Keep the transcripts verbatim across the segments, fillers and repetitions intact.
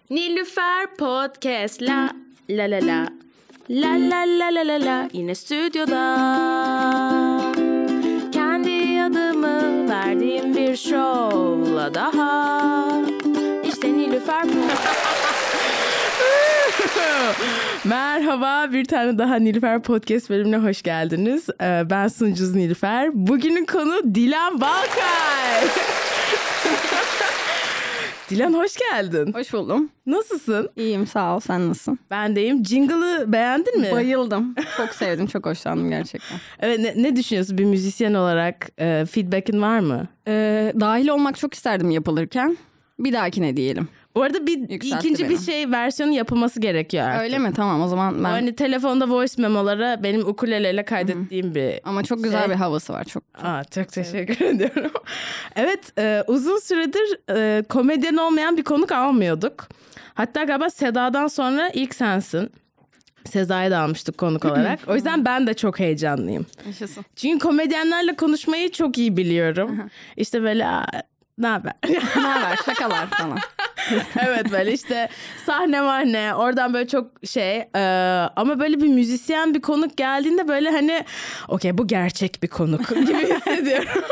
Nilüfer Podcast la la la la la la la la la la yine stüdyoda. Kendi adımı verdiğim bir şovla daha. İşte Nilüfer Merhaba, bir tane daha Nilüfer Podcast bölümüne hoş geldiniz. Ee, ben sunucunuz Nilüfer. Bugünün konu Dilan Balkay. Dilan hoş geldin. Hoş buldum. Nasılsın? İyiyim, sağ ol. Sen nasılsın? Ben de iyiyim. Jingle'ı beğendin mi? Bayıldım. Çok sevdim, çok hoşlandım gerçekten. Evet, ne, ne düşünüyorsun bir müzisyen olarak? E, feedback'in var mı? Ee, dahil olmak çok isterdim yapılırken. Bir dahakine diyelim. Bu arada bir Yükseltti ikinci beni. bir şey versiyonu yapılması gerekiyor artık. Öyle mi? Tamam, o zaman ben... Hani telefonda voice memolara benim ukuleleyle kaydettiğim bir Ama çok güzel şey. bir havası var. Çok, çok... Aa, çok teşekkür ediyorum. Evet, e, uzun süredir e, komedyen olmayan bir konuk almıyorduk. Hatta galiba Seda'dan sonra ilk sensin. Sezai'yi de almıştık konuk olarak. O yüzden ben de çok heyecanlıyım. Yaşasın. Çünkü komedyenlerle konuşmayı çok iyi biliyorum. İşte böyle ne haber? Ne haber? Şakalar falan. Evet, böyle işte sahne var ne oradan böyle çok şey e, ama böyle bir müzisyen bir konuk geldiğinde böyle hani okey bu gerçek bir konuk gibi hissediyorum.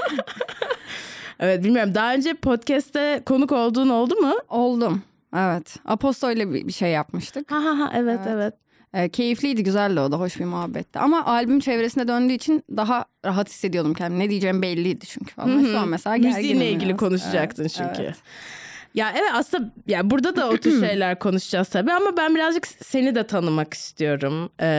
Evet, bilmiyorum, daha önce podcast'te konuk olduğun oldu mu? Oldum. Evet. Aposto ile bir bir şey yapmıştık. Ha ha ha evet evet. Evet. Ee, keyifliydi, güzeldi, o da hoş bir muhabbetti. Ama albüm çevresine döndüğü için daha rahat hissediyordum kendimi. Ne diyeceğim belliydi çünkü falan. Şu an mesela gerginim. Müziğinle ilgili biraz. konuşacaktın Evet, çünkü. evet. Ya evet, aslında ya burada da o tür şeyler konuşacağız tabii ama ben birazcık seni de tanımak istiyorum. Ee,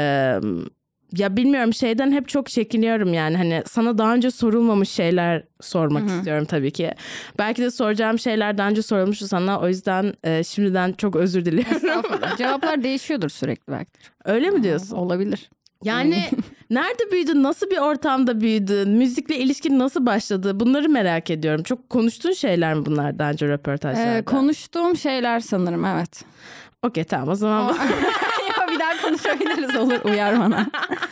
ya bilmiyorum, şeyden hep çok çekiniyorum yani, hani sana daha önce sorulmamış şeyler sormak istiyorum tabii ki. Belki de soracağım şeyler daha önce sorulmuştu sana, o yüzden e, şimdiden çok özür diliyorum. Estağfurullah. Cevaplar değişiyordur sürekli belki. Öyle mi diyorsun? Olabilir. Yani nerede büyüdün, nasıl bir ortamda büyüdün, müzikle ilişkin nasıl başladı, bunları merak ediyorum. Çok konuştuğun şeyler mi bunlar daha önce röportajlarda? Ee, konuştuğum şeyler sanırım, evet. Okey, tamam o zaman. Ya bir daha konuşabiliriz, olur, uyar bana.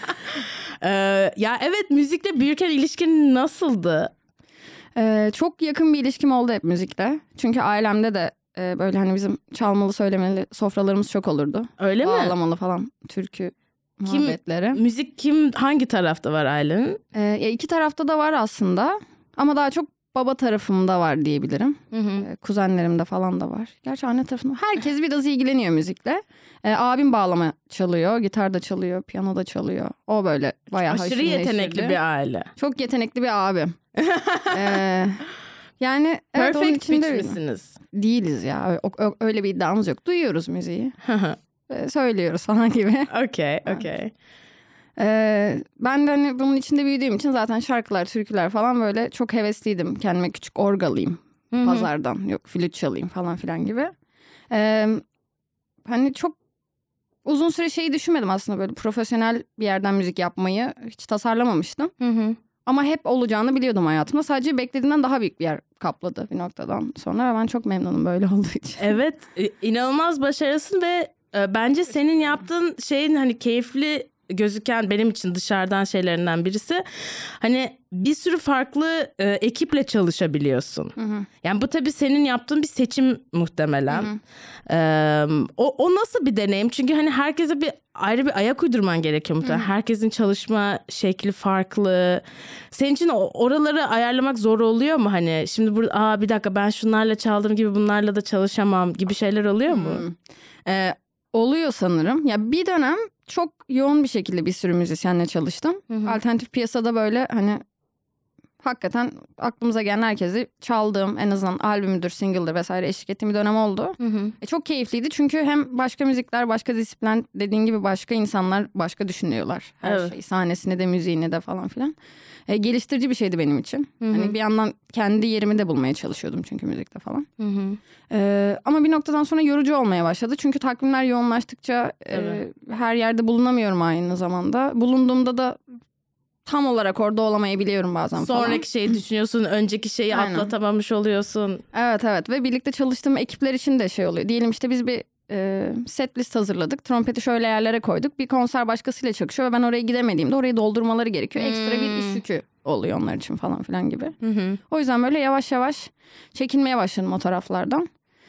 Ee, ya evet, müzikle büyürken ilişkin nasıldı? Ee, çok yakın bir ilişkim oldu hep müzikle. Çünkü ailemde de e, böyle hani bizim çalmalı söylemeli sofralarımız çok olurdu. Öyle mi? Bağlamalı falan, türkü Kim, muhabbetleri. müzik kim, hangi tarafta var ailenin? Ee, ya iki tarafta da var aslında. Ama daha çok baba tarafımda var diyebilirim. Hı hı. Ee, kuzenlerimde falan da var. Gerçi anne tarafında herkes biraz ilgileniyor müzikle. Ee, abim bağlama çalıyor, gitar da çalıyor, piyano da çalıyor. O böyle bayağı Aşırı haşır yetenekli neşirli. bir aile. Çok yetenekli bir abim. ee, yani evet, onun Perfect içinde pitch misiniz? değiliz ya. O- o- öyle bir iddiamız yok. Duyuyoruz müziği. Ee, söylüyoruz falan gibi. Okey, okey. Ee, ben de hani bunun içinde büyüdüğüm için zaten şarkılar, türküler falan böyle çok hevesliydim. Kendime küçük org alayım Hı hı. pazardan. Yok, flüt çalayım falan filan gibi. Ee, hani çok uzun süre şeyi düşünmedim aslında, böyle profesyonel bir yerden müzik yapmayı hiç tasarlamamıştım. Hı hı. Ama hep olacağını biliyordum hayatımda. Sadece beklediğimden daha büyük bir yer kapladı bir noktadan sonra. Ben çok memnunum böyle olduğu için. Evet, e, inanılmaz başarılısın ve e, bence senin yaptığın şeyin hani keyifli gözüken, benim için dışarıdan şeylerinden birisi, hani bir sürü farklı e, ekiple çalışabiliyorsun. Hı hı. Yani bu tabii senin yaptığın bir seçim muhtemelen. Hı hı. Ee, o, o nasıl bir deneyim? Çünkü hani herkese bir ayrı bir ayak uydurman gerekiyor muhtemelen. Hı hı. Herkesin çalışma şekli farklı. Senin için o- oraları ayarlamak zor oluyor mu? Hani şimdi burada aa bir dakika, ben şunlarla çaldığım gibi bunlarla da çalışamam gibi şeyler oluyor mu? Hmm. Ee, oluyor sanırım. Ya bir dönem çok yoğun bir şekilde bir sürü müzisyenle çalıştım. Hı hı. Alternatif piyasada böyle hani hakikaten aklımıza gelen herkesi çaldığım, en azından albümüdür, single'dır vesaire eşlik ettiğim bir dönem oldu. Hı hı. E, çok keyifliydi çünkü hem başka müzikler, başka disiplin, dediğin gibi başka insanlar başka düşünüyorlar. Her Evet. şey, sahnesini de müziğini de falan filan. E, geliştirici bir şeydi benim için. Hı hı. Hani bir yandan kendi yerimi de bulmaya çalışıyordum çünkü müzikte falan. Hı hı. Ee, ama bir noktadan sonra yorucu olmaya başladı. Çünkü takvimler yoğunlaştıkça e, Evet. her yerde bulunamıyorum aynı zamanda. Bulunduğumda da tam olarak orada olamayabiliyorum bazen falan. Sonraki şeyi düşünüyorsun, önceki şeyi Aynen. atlatamamış oluyorsun. Evet evet, ve birlikte çalıştığım ekipler için de şey oluyor. Diyelim işte biz bir e, set list hazırladık. Trompeti şöyle yerlere koyduk. Bir konser başkasıyla çakışıyor ve ben oraya gidemediğimde orayı doldurmaları gerekiyor. Ekstra bir iş yükü oluyor onlar için falan filan gibi. Hı hı. O yüzden böyle yavaş yavaş çekinmeye başladım o taraflardan.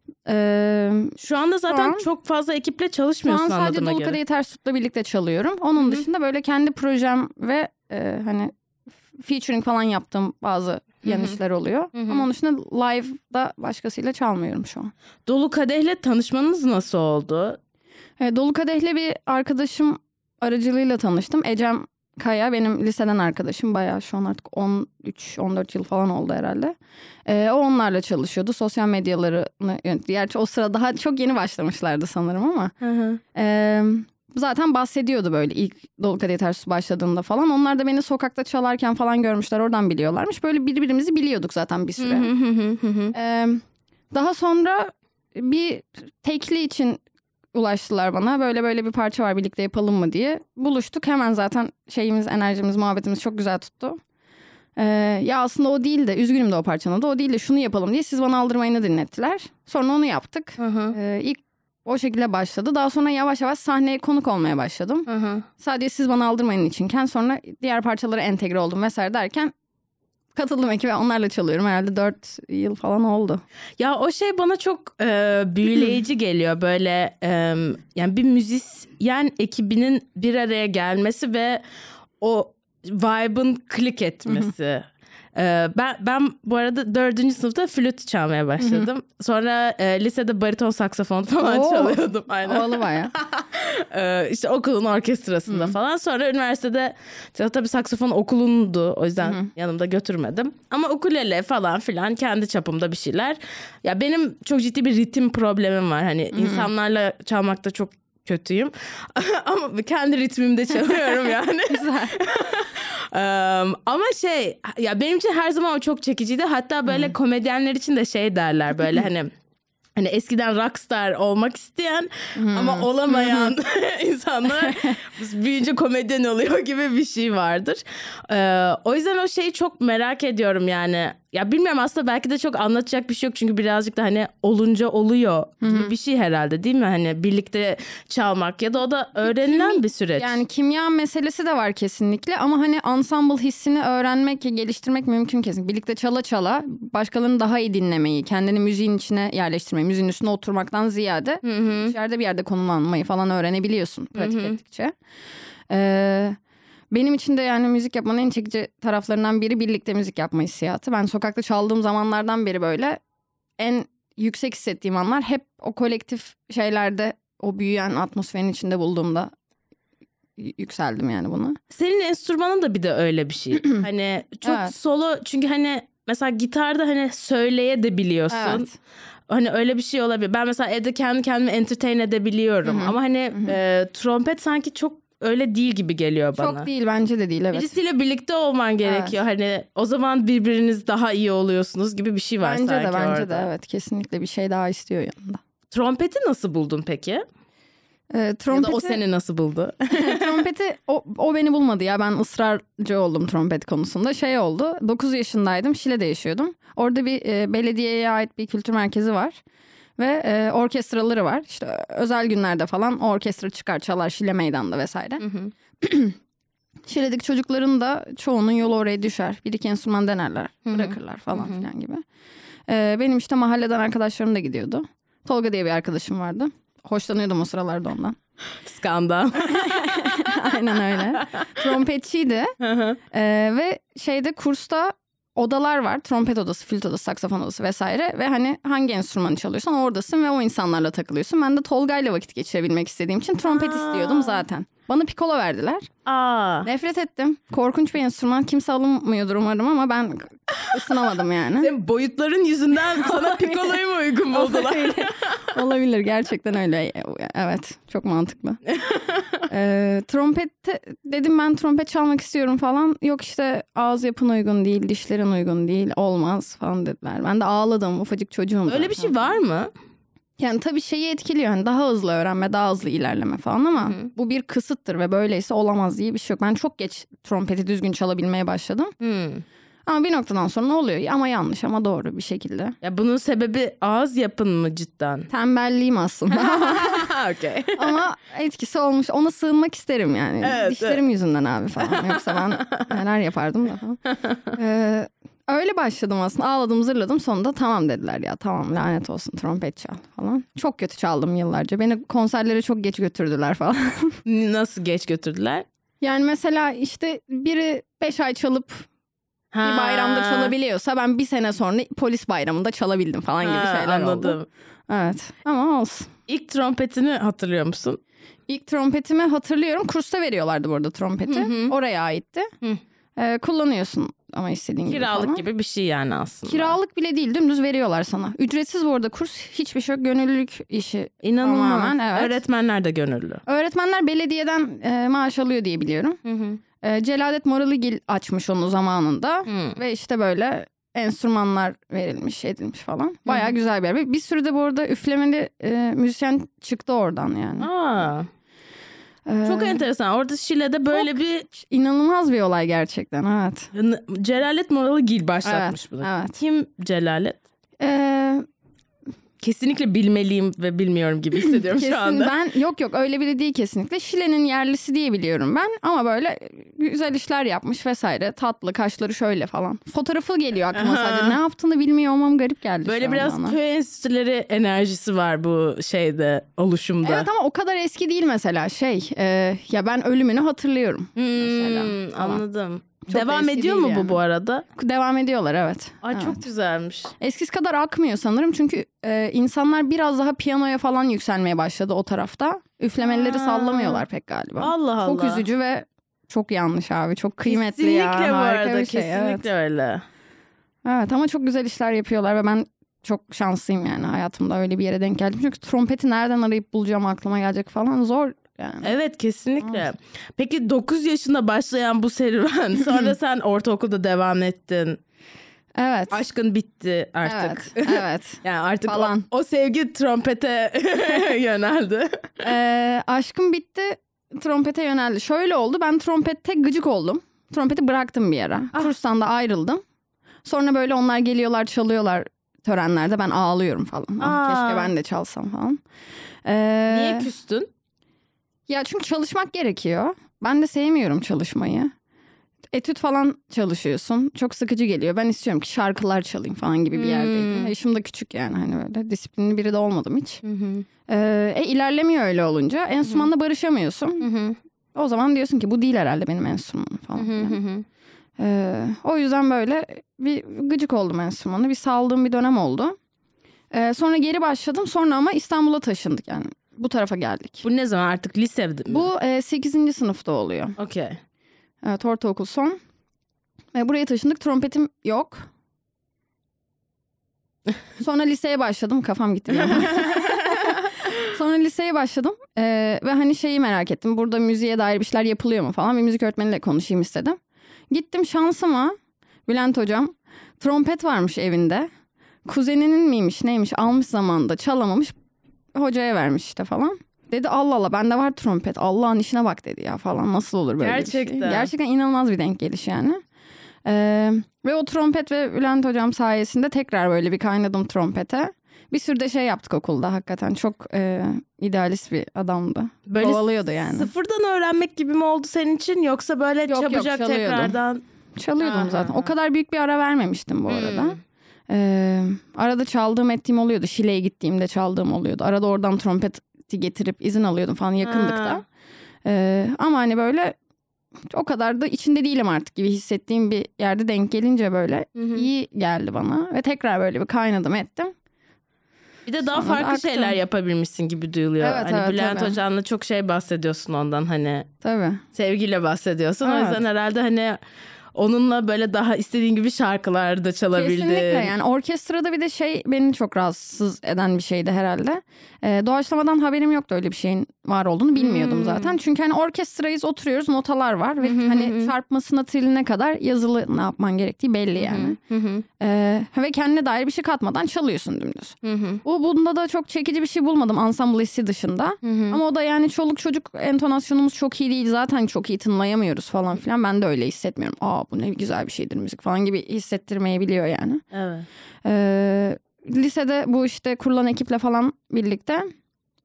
Ee, Şu anda zaten Şu an- çok fazla ekiple şu çalışmıyorsun an sadece anladığıma Dolu göre. Kadehi Ters Tut'la birlikte çalıyorum. Onun dışında böyle kendi projem ve e, hani featuring falan yaptığım bazı yan işler oluyor. Hı hı. Ama onun dışında live'da başkasıyla çalmıyorum şu an. Dolu Kadeh'le tanışmanız nasıl oldu? E, Dolu Kadeh'le bir arkadaşım aracılığıyla tanıştım. Ecem Kaya benim liseden arkadaşım. Bayağı şu an artık on üç on dört yıl falan oldu herhalde. E, o onlarla çalışıyordu. Sosyal medyalarını yönetti. Gerçi o sıra daha çok yeni başlamışlardı sanırım ama. Hı hı. E, zaten bahsediyordu böyle ilk Dolu Kadehi Ters Tut başladığında falan. Onlar da beni sokakta çalarken falan görmüşler. Oradan biliyorlarmış. Böyle birbirimizi biliyorduk zaten bir süre. E, daha sonra bir tekli için ulaştılar bana. Böyle böyle bir parça var birlikte yapalım mı diye. Buluştuk. Hemen zaten şeyimiz, enerjimiz, muhabbetimiz çok güzel tuttu. Ee, ya aslında o değil de, üzgünüm de o parçanın da o değil de şunu yapalım diye Siz Bana Aldırmayın'ı dinlettiler. Sonra onu yaptık. Hı hı. Ee, ilk o şekilde başladı. Daha sonra yavaş yavaş sahneye konuk olmaya başladım. Hı hı. Sadece Siz Bana Aldırmayın içinken sonra diğer parçalara entegre oldum vesaire derken katıldım ekibe, onlarla çalıyorum. Herhalde dört yıl falan oldu. Ya o şey bana çok e, büyüleyici geliyor böyle e, yani bir müzisyen ekibinin bir araya gelmesi ve o vibe'ın klik etmesi. E, ben ben bu arada dördüncü sınıfta flüt çalmaya başladım. Sonra e, lisede bariton saksafon falan Oo. çalıyordum aynen. Havalı bayağı. Ee, işte okulun orkestrasında falan. Sonra üniversitede tabii saksafon okulundu. O yüzden yanımda götürmedim. Ama ukulele falan filan kendi çapımda bir şeyler. Ya benim çok ciddi bir ritim problemim var. Hani insanlarla çalmakta çok kötüyüm. Ama kendi ritmimde çalıyorum yani. Güzel. Ee, ama şey ya benim için her zaman o çok çekiciydi. Hatta böyle komedyenler için de şey derler böyle hani hani eskiden rockstar olmak isteyen ama olamayan insanlar büyüyünce komedyen oluyor gibi bir şey vardır. Ee, o yüzden o şeyi çok merak ediyorum yani. Ya bilmiyorum, aslında belki de çok anlatacak bir şey yok. Çünkü birazcık da hani olunca oluyor gibi bir şey herhalde, değil mi? Hani birlikte çalmak ya da o da öğrenilen bir süreç. Yani kimya meselesi de var kesinlikle ama hani ensemble hissini öğrenmek, geliştirmek mümkün kesin. Birlikte çala çala başkalarını daha iyi dinlemeyi, kendini müziğin içine yerleştirmeyi, müziğin üstüne oturmaktan ziyade dışarıda bir yerde konumlanmayı falan öğrenebiliyorsun pratik ettikçe. Ee, benim için de yani müzik yapmanın en çekici taraflarından biri birlikte müzik yapma hissiyatı. Ben sokakta çaldığım zamanlardan beri böyle en yüksek hissettiğim anlar hep o kolektif şeylerde, o büyüyen atmosferin içinde bulduğumda y- yükseldim yani buna. Senin enstrümanın da bir de öyle bir şey. Hani çok Evet. solo, çünkü hani mesela gitarda hani söyleye de biliyorsun. Evet. Hani öyle bir şey olabilir. Ben mesela evde kendi kendimi entertain edebiliyorum. Ama hani e, trompet sanki çok öyle değil gibi geliyor bana. Çok değil, bence de değil, evet. Birisiyle birlikte olman gerekiyor. Hani o zaman birbiriniz daha iyi oluyorsunuz gibi bir şey var Bence sanki de bence orada. de evet, kesinlikle bir şey daha istiyor yanında. Trompeti nasıl buldun peki? Ee, Ya trompeti, da o seni nasıl buldu? trompeti o, o beni bulmadı ya, ben ısrarcı oldum trompet konusunda. Şey oldu, dokuz yaşındaydım, Şile'de yaşıyordum. Orada bir e, belediyeye ait bir kültür merkezi var. Ve e, orkestraları var. İşte özel günlerde falan o orkestra çıkar çalar Şile Meydanı'nda vesaire. Şile'deki çocukların da çoğunun yolu oraya düşer. Bir iki enstrüman denerler, bırakırlar falan filan gibi. E, benim işte mahalleden arkadaşlarım da gidiyordu. Tolga diye bir arkadaşım vardı. Hoşlanıyordum o sıralarda ondan. Skandal. Aynen öyle. Trompetçiydi. e, ve şeyde kursta odalar var. Trompet odası, flüt odası, saksafon odası vesaire. Ve hani hangi enstrümanı çalıyorsan oradasın ve o insanlarla takılıyorsun. Ben de Tolga'yla vakit geçirebilmek istediğim için trompet istiyordum zaten. Bana pikolo verdiler. Aa. Nefret ettim. Korkunç bir enstrüman. Kimse alınmıyordur umarım ama ben ısınamadım yani. Senin boyutların yüzünden sana pikoloyu mu uygun buldular? Olabilir. Olabilir, gerçekten öyle. Evet, çok mantıklı. ee, trompet dedim, ben trompet çalmak istiyorum falan. Yok işte ağız yapın uygun değil, dişlerin uygun değil, olmaz falan dediler. Ben de ağladım, ufacık çocuğum. Öyle bir şey var mı? Yani tabii şeyi etkiliyor, hani daha hızlı öğrenme, daha hızlı ilerleme falan ama Hı-hı. bu bir kısıttır ve böyleyse olamaz diye bir şey yok. Ben çok geç trompeti düzgün çalabilmeye başladım. Hmm. Ama bir noktadan sonra ne oluyor? Ama yanlış ama doğru bir şekilde. Ya bunun sebebi ağız yapın mı cidden? Tembelliğim aslında. Okay. Ama etkisi olmuş. Ona sığınmak isterim yani. Evet, Dişlerim evet. yüzünden abi falan. Yoksa ben neler yapardım da falan. Ee, Öyle başladım aslında. Ağladım zırladım. Sonunda tamam dediler ya. Tamam lanet olsun trompet çal falan. Çok kötü çaldım yıllarca. Beni konserlere çok geç götürdüler falan. Nasıl geç götürdüler? Yani mesela işte biri beş ay çalıp Ha. bir bayramda çalabiliyorsa ben bir sene sonra polis bayramında çalabildim falan gibi Ha, şeyler anladım. oldu. Evet ama olsun. İlk trompetini hatırlıyor musun? İlk trompetimi hatırlıyorum. Kursta veriyorlardı bu arada trompeti. Hı hı. Oraya aitti. Hı. Ee, kullanıyorsun ama istediğin gibi Kiralık falan. gibi bir şey yani aslında. Kiralık bile değil, dümdüz veriyorlar sana. Ücretsiz bu arada kurs, hiçbir şey yok, gönüllülük işi. İnanılmaz. Tamamen, evet. Öğretmenler de gönüllü. Öğretmenler belediyeden e, maaş alıyor diye biliyorum. Hı hı. E, Celadet Moralıgil açmış onu zamanında. Hı. Ve işte böyle enstrümanlar verilmiş, edilmiş falan. Bayağı güzel bir yer. Bir sürü de bu arada üflemeli e, müzisyen çıktı oradan yani. Aa, Ee, çok enteresan. Orada Şile'de böyle çok bir inanılmaz bir olay gerçekten, evet. Celalet Moralıgil başlatmış Evet, bunu. evet. Kim Celalet? Ee, Kesinlikle bilmeliyim ve bilmiyorum gibi hissediyorum Kesin şu anda. ben yok yok öyle biri değil kesinlikle. Şile'nin yerlisi diye biliyorum ben ama böyle güzel işler yapmış vesaire. Tatlı, kaşları şöyle falan. Fotoğrafı geliyor aklıma sadece. Ne yaptığını bilmiyor olmam garip geldi. Böyle şu biraz anda. köy enstitüleri enerjisi var bu şeyde, oluşumda. Evet ama o kadar eski değil mesela şey. E, ya ben ölümünü hatırlıyorum Hmm, mesela. falan. Anladım. Çok da Devam eski ediyor değil mu yani. bu bu arada? Devam ediyorlar, evet. Ay Evet. çok güzelmiş. Eskisi kadar akmıyor sanırım çünkü e, insanlar biraz daha piyanoya falan yükselmeye başladı o tarafta. Üflemeleri Ha. sallamıyorlar pek galiba. Allah Çok Allah. üzücü ve çok yanlış abi. Çok kıymetli Kesinlikle ya. bu Harika arada. bir şey. Kesinlikle Evet. öyle. Evet ama çok güzel işler yapıyorlar ve ben çok şanslıyım yani hayatımda öyle bir yere denk geldim. Çünkü trompeti nereden arayıp bulacağım, aklıma gelecek falan zor yani. Evet kesinlikle. Peki dokuz yaşında başlayan bu serüven sonra sen ortaokulda devam ettin. Evet. Aşkın bitti artık. Evet. Evet. Yani artık o, Falan. o sevgi trompete yöneldi. Ee, aşkım bitti. Trompete yöneldi. Şöyle oldu. Ben trompette gıcık oldum. Trompeti bıraktım bir ara. Ah. Kurstan da ayrıldım. Sonra böyle onlar geliyorlar çalıyorlar törenlerde. Ben ağlıyorum falan. Ah, Aa. keşke ben de çalsam falan. Ee, Niye küstün? Ya çünkü çalışmak gerekiyor. Ben de sevmiyorum çalışmayı. Etüt falan çalışıyorsun. Çok sıkıcı geliyor. Ben istiyorum ki şarkılar çalayım falan gibi bir yerdeydim. Hmm. Yaşım da küçük yani hani böyle disiplinli biri de olmadım hiç. Hı hı. Ee, e, ilerlemiyor öyle olunca. Enstrümanla barışamıyorsun. Hı hı. O zaman diyorsun ki bu değil herhalde benim enstrümanım falan. Hı hı hı. Ee, o yüzden böyle bir gıcık oldum enstrümanı. Bir saldığım bir dönem oldu. Ee, sonra geri başladım. Sonra ama İstanbul'a taşındık yani. Bu tarafa geldik. Bu ne zaman artık lisede mi? Bu e, sekizinci sınıfta oluyor. Okey. Evet, ortaokul son. E, buraya taşındık. Trompetim yok. Sonra liseye başladım. Kafam gitti. bir anda. Sonra liseye başladım. E, ve hani şeyi merak ettim. Burada müziğe dair bir şeyler yapılıyor mu falan. Bir müzik öğretmeniyle konuşayım istedim. Gittim şansıma. Bülent hocam trompet varmış evinde. Kuzeninin miymiş neymiş almış zamanında çalamamış. Hocaya vermiş işte falan. Dedi Allah Allah bende var trompet. Allah'ın işine bak dedi ya falan. Nasıl olur böyle Gerçekten. bir şey? Gerçekten inanılmaz bir denk geliş yani. Ee, ve o trompet ve Bülent hocam sayesinde tekrar böyle bir kaynadım trompete. Bir sürü de şey yaptık okulda hakikaten. Çok e, idealist bir adamdı. Böyle Kovalıyordu yani. Sıfırdan öğrenmek gibi mi oldu senin için yoksa böyle Yok, yok, çabucak çalıyordum. tekrardan? Çalıyordum Aha. zaten. O kadar büyük bir ara vermemiştim bu arada. Hmm. Ee, arada çaldığım ettiğim oluyordu. Şile'ye gittiğimde çaldığım oluyordu. Arada oradan trompeti getirip izin alıyordum falan yakındık Ha. da. Ee, ama hani böyle o kadar da içinde değilim artık gibi hissettiğim bir yerde denk gelince böyle Hı hı. iyi geldi bana. Ve tekrar böyle bir kaynadım ettim. Bir de daha Sonra da farklı aktım. şeyler yapabilmişsin gibi duyuluyor. Evet, hani evet, Bülent tabii. Hoca'nla çok şey bahsediyorsun ondan hani Tabii. sevgiyle bahsediyorsun. O Evet. yüzden herhalde hani onunla böyle daha istediğin gibi şarkılar da çalabildin. Kesinlikle yani orkestrada bir de şey beni çok rahatsız eden bir şeydi herhalde. Ee, doğaçlamadan haberim yoktu öyle bir şeyin var olduğunu bilmiyordum Hmm. zaten. Çünkü hani orkestrayız oturuyoruz notalar var ve hani çarpmasına triline kadar yazılı ne yapman gerektiği belli yani. Hı hı. Ee, ve kendine dair bir şey katmadan çalıyorsun dümdüz. Hı hı. Bu bunda da çok çekici bir şey bulmadım ensemble hissi dışında. Hı hı. Ama o da yani çoluk çocuk entonasyonumuz çok iyi değil zaten çok iyi tınlayamıyoruz falan filan. Ben de öyle hissetmiyorum. Aa bu ne güzel bir şeydir müzik falan gibi hissettirmeyebiliyor yani. Evet. Ee, lisede bu işte kurulan ekiple falan birlikte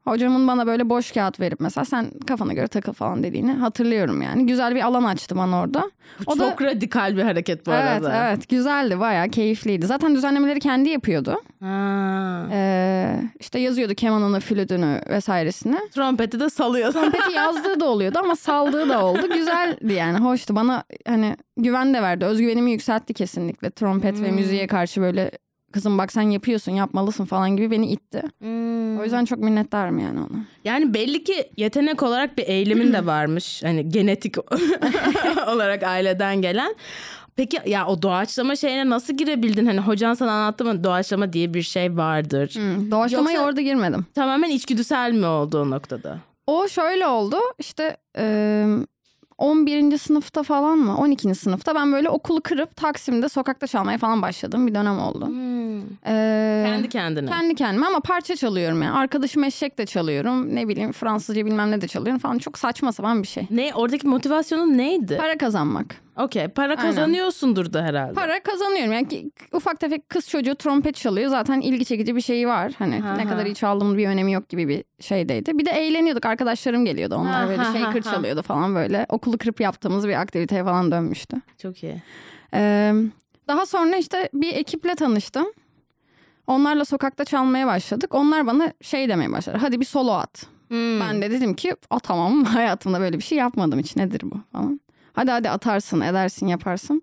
Hocamın bana böyle boş kağıt verip mesela sen kafana göre takıl falan dediğini hatırlıyorum yani. Güzel bir alan açtı bana orada. Bu o çok da, radikal bir hareket bu evet, arada. Evet evet güzeldi, bayağı keyifliydi. Zaten düzenlemeleri kendi yapıyordu. Ha. Ee, işte yazıyordu kemanını, flütünü vesairesini. Trompeti de salıyor. Trompeti yazdığı da oluyordu ama saldığı da oldu. Güzeldi yani, hoştu. Bana hani güven de verdi. Özgüvenimi yükseltti kesinlikle. Trompet hmm. ve müziğe karşı böyle kızım bak sen yapıyorsun, yapmalısın falan gibi beni itti. Hmm. O yüzden çok minnettarım yani ona. Yani belli ki yetenek olarak bir eğilimin de varmış. Hani genetik olarak aileden gelen. Peki ya o doğaçlama şeyine nasıl girebildin? Hani hocan sana anlattı mı doğaçlama diye bir şey vardır. Hmm, doğaçlamaya Yoksa orada girmedim. Tamamen içgüdüsel mi oldu o noktada? O şöyle oldu işte e, on birinci sınıfta falan mı on ikinci sınıfta ben böyle okulu kırıp Taksim'de sokakta çalmaya falan başladım, bir dönem oldu. Hmm. Ee, kendi kendine? Kendi kendime ama parça çalıyorum yani. Arkadaşım eşek de çalıyorum, ne bileyim Fransızca bilmem ne de çalıyorum falan, çok saçma sapan bir şey. Ne, oradaki motivasyonun neydi? Para kazanmak. Okey, para kazanıyorsundur da herhalde. Para kazanıyorum yani, ufak tefek kız çocuğu trompet çalıyor zaten, ilgi çekici bir şeyi var. Hani ha, ne ha. kadar iyi çaldığımın bir önemi yok gibi bir şeydeydi. Bir de eğleniyorduk, arkadaşlarım geliyordu, onlar ha, böyle ha, shaker ha, çalıyordu falan, böyle okulu kırıp yaptığımız bir aktiviteye falan dönmüştü. Çok iyi. Ee, daha sonra işte bir ekiple tanıştım. Onlarla sokakta çalmaya başladık. Onlar bana şey demeye başladı. Hadi bir solo at. Hmm. Ben de dedim ki atamam. Hayatımda böyle bir şey yapmadım hiç. Nedir bu falan. Hadi hadi atarsın, edersin, yaparsın.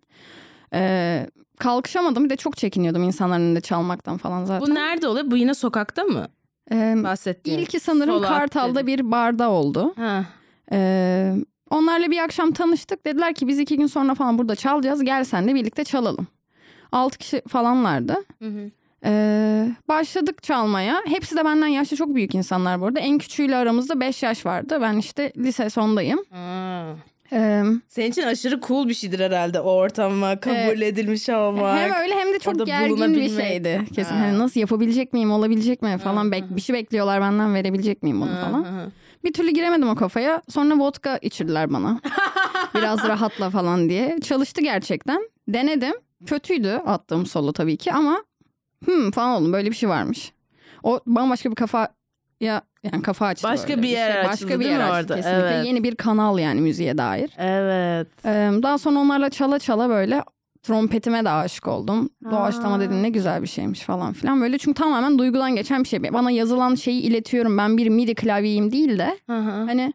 Ee, kalkışamadım. Bir de çok çekiniyordum insanların önünde çalmaktan falan zaten. Bu nerede oluyor? Bu yine sokakta mı? Ee, Bahsettiğin. İlki sanırım solo Kartal'da bir barda oldu. Ee, onlarla bir akşam tanıştık. Dediler ki biz iki gün sonra falan burada çalacağız. Gel sen de birlikte çalalım. Altı kişi falanlardı. Hı hı. Ee, başladık çalmaya. Hepsi de benden yaşlı çok büyük insanlar bu arada. En küçüğüyle aramızda beş yaş vardı. Ben işte lise sondayım. Ee, Senin için aşırı cool bir şeydir herhalde o ortama kabul e, edilmiş olmak. Hem öyle hem de çok gergin bir şeydi. Kesin hani nasıl yapabilecek miyim, olabilecek mi falan. Bek- bir şey bekliyorlar benden, verebilecek miyim bunu falan. Bir türlü giremedim o kafaya. Sonra vodka içirdiler bana. Biraz rahatla falan diye. Çalıştı gerçekten. Denedim. Kötüydü attığım solo tabii ki ama hmm falan oldum, böyle bir şey varmış. O bambaşka bir kafa ya yani kafa açtı. Başka bir yer şey. açıldı Başka bir yer açtı orada? kesinlikle. Evet. Yeni bir kanal yani müziğe dair. Evet. Ee, daha sonra onlarla çala çala böyle trompetime de aşık oldum. Aa. Doğaçlama dedim ne güzel bir şeymiş falan filan. Böyle çünkü tamamen duygudan geçen bir şey. Bana yazılan şeyi iletiyorum. Ben bir midi klavyeyim değil de. Hı hı. Hani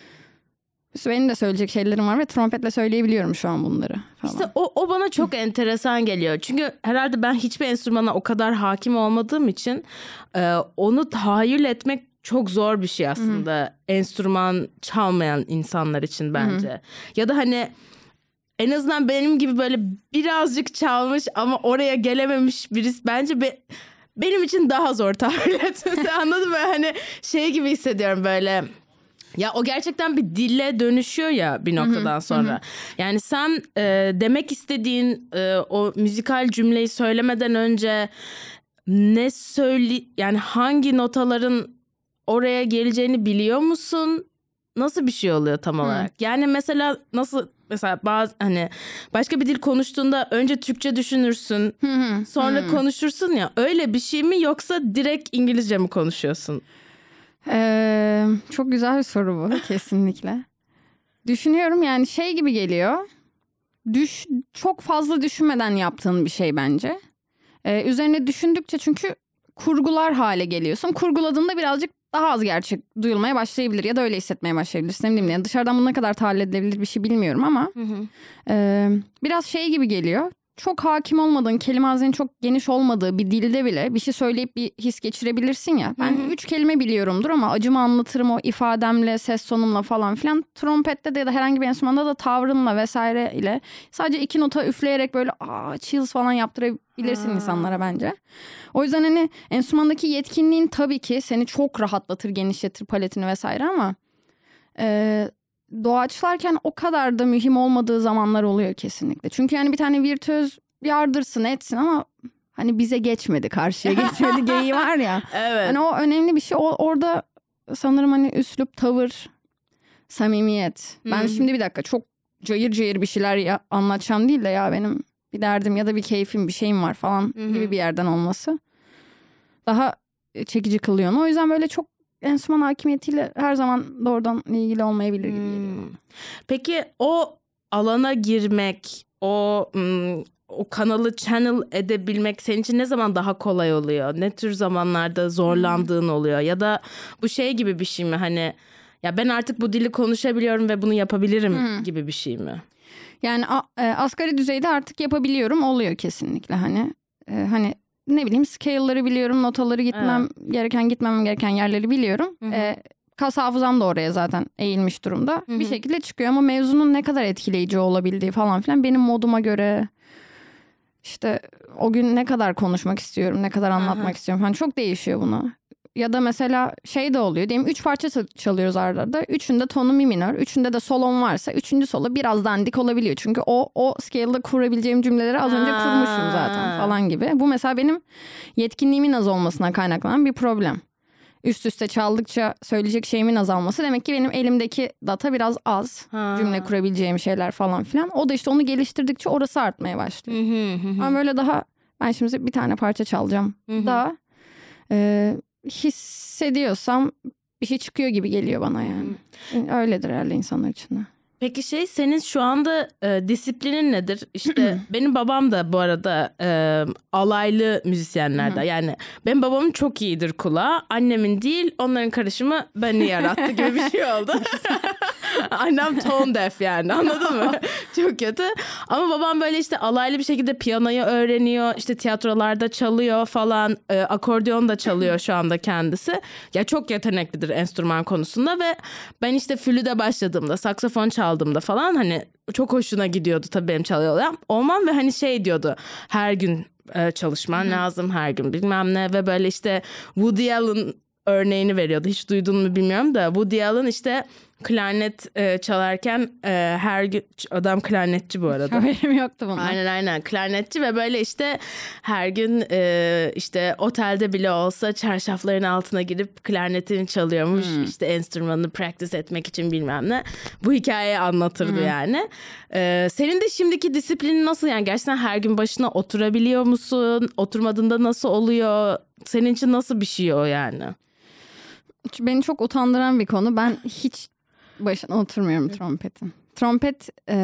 benim de söyleyecek şeylerim var ve trompetle söyleyebiliyorum şu an bunları falan. İşte o, o bana çok enteresan geliyor. Çünkü herhalde ben hiçbir enstrümana o kadar hakim olmadığım için e, onu tahayyül etmek çok zor bir şey aslında. Hı-hı. Enstrüman çalmayan insanlar için bence. Hı-hı. Ya da hani en azından benim gibi böyle birazcık çalmış ama oraya gelememiş birisi bence be, benim için daha zor tahayyül etmesi. Anladın mı? Hani şey gibi hissediyorum böyle. Ya o gerçekten bir dille dönüşüyor ya bir noktadan sonra. Hı hı. Yani sen e, demek istediğin e, o müzikal cümleyi söylemeden önce ne söyle yani hangi notaların oraya geleceğini biliyor musun? Nasıl bir şey oluyor tam olarak? Hı. Yani mesela nasıl mesela bazı hani başka bir dil konuştuğunda önce Türkçe düşünürsün, hı hı. sonra hı. konuşursun ya. Öyle bir şey mi yoksa direkt İngilizce mi konuşuyorsun? Ee, çok güzel bir soru bu kesinlikle. Düşünüyorum yani şey gibi geliyor. Düş, çok fazla düşünmeden yaptığın bir şey bence. Ee, üzerine düşündükçe çünkü kurgular hale geliyorsun. Kurguladığında birazcık daha az gerçek duyulmaya başlayabilir ya da öyle hissetmeye başlayabilirsin. Ne bileyim yani dışarıdan bu ne kadar tahayyül edilebilir bir şey bilmiyorum ama hı hı. E, biraz şey gibi geliyor. Çok hakim olmadığın, kelime hazinenin çok geniş olmadığı bir dilde bile bir şey söyleyip bir his geçirebilirsin ya. Ben Hı-hı. üç kelime biliyorumdur ama acımı anlatırım o ifademle, ses tonumla falan filan. Trompette de ya da herhangi bir enstrümanda da tavrımla vesaire ile sadece iki nota üfleyerek böyle aa chills falan yaptırabilirsin ha. insanlara bence. O yüzden hani enstrümandaki yetkinliğin tabii ki seni çok rahatlatır, genişletir paletini vesaire ama E, doğaçlarken o kadar da mühim olmadığı zamanlar oluyor kesinlikle. Çünkü yani bir tane virtüöz yardırsın etsin ama hani bize geçmedi, karşıya geçmedi geyiği var ya. Evet. Hani o önemli bir şey. O, orada sanırım hani üslup, tavır, samimiyet. Ben Hı-hı. şimdi bir dakika çok cayır cayır bir şeyler ya, anlatacağım değil de ya benim bir derdim ya da bir keyfim, bir şeyim var falan Hı-hı. gibi bir yerden olması daha çekici kılıyor. O yüzden böyle çok enstrüman hakimiyetiyle her zaman doğrudan ilgili olmayabilir gibi geliyor. Hmm. Peki o alana girmek, o ım, o kanalı channel edebilmek senin için ne zaman daha kolay oluyor? Ne tür zamanlarda zorlandığın oluyor? Ya da bu şey gibi bir şey mi? Hani ya ben artık bu dili konuşabiliyorum ve bunu yapabilirim Hmm. gibi bir şey mi? Yani a- e, asgari düzeyde artık yapabiliyorum oluyor kesinlikle hani. E, hani ne bileyim scale'ları biliyorum, notaları gitmem gereken gitmemem gereken yerleri biliyorum. Hı hı. E, kas hafızam da oraya zaten eğilmiş durumda. Hı hı. Bir şekilde çıkıyor ama mevzunun ne kadar etkileyici olabildiği falan filan benim moduma göre, işte o gün ne kadar konuşmak istiyorum, ne kadar anlatmak Aha. istiyorum falan çok değişiyor buna. Ya da mesela şey de oluyor. Diyelim üç parça çal- çalıyoruz arda arda. Üçünde tonu mi minör. Üçünde de solon varsa üçüncü solo biraz dandik olabiliyor. Çünkü o o scale'da kurabileceğim cümleleri az önce Ha. kurmuşum zaten falan gibi. Bu mesela benim yetkinliğimin az olmasına kaynaklanan bir problem. Üst üste çaldıkça söyleyecek şeyimin azalması. Demek ki benim elimdeki data biraz az. Ha. Cümle kurabileceğim şeyler falan filan. O da işte onu geliştirdikçe orası artmaya başlıyor. Hı hı hı hı. Ama böyle daha ben şimdi bir tane parça çalacağım. Hı hı. Daha e, hissediyorsam bir şey çıkıyor gibi geliyor bana yani. Öyledir herhalde insanlar için de. Peki şey senin şu anda e, disiplinin nedir? İşte benim babam da bu arada e, alaylı müzisyenlerden. Yani benim babamın çok iyidir kulağı. Annemin değil, onların karışımı beni yarattı gibi bir şey oldu. Annem tone deaf yani, anladın mı? Çok kötü. Ama babam böyle işte alaylı bir şekilde piyanoyu öğreniyor. İşte tiyatrolarda çalıyor falan. E, akordeon da çalıyor şu anda kendisi. Ya çok yeteneklidir enstrüman konusunda ve ben işte flüde başladığımda, saksafon çaldığımda falan hani çok hoşuna gidiyordu tabii benim çalıyor olmam ve hani şey diyordu, her gün e, çalışman lazım, her gün bilmem ne ve böyle işte Woody Allen örneğini veriyordu. Hiç duydun mu bilmiyorum da Woody Allen işte klarnet e, çalarken e, her gün, adam klarnetçi bu arada. Haberim yoktu bundan. Aynen aynen klarnetçi ve böyle işte her gün e, işte otelde bile olsa çarşafların altına girip klarnetini çalıyormuş. Hmm. İşte enstrümanını practice etmek için bilmem ne. Bu hikayeyi anlatırdı Hmm. yani. E, senin de şimdiki disiplinin nasıl yani? Gerçekten her gün başına oturabiliyor musun? Oturmadığında nasıl oluyor? Senin için nasıl bir şey o yani? Beni çok utandıran bir konu. Ben hiç başına oturmuyorum trompetin. Trompet e,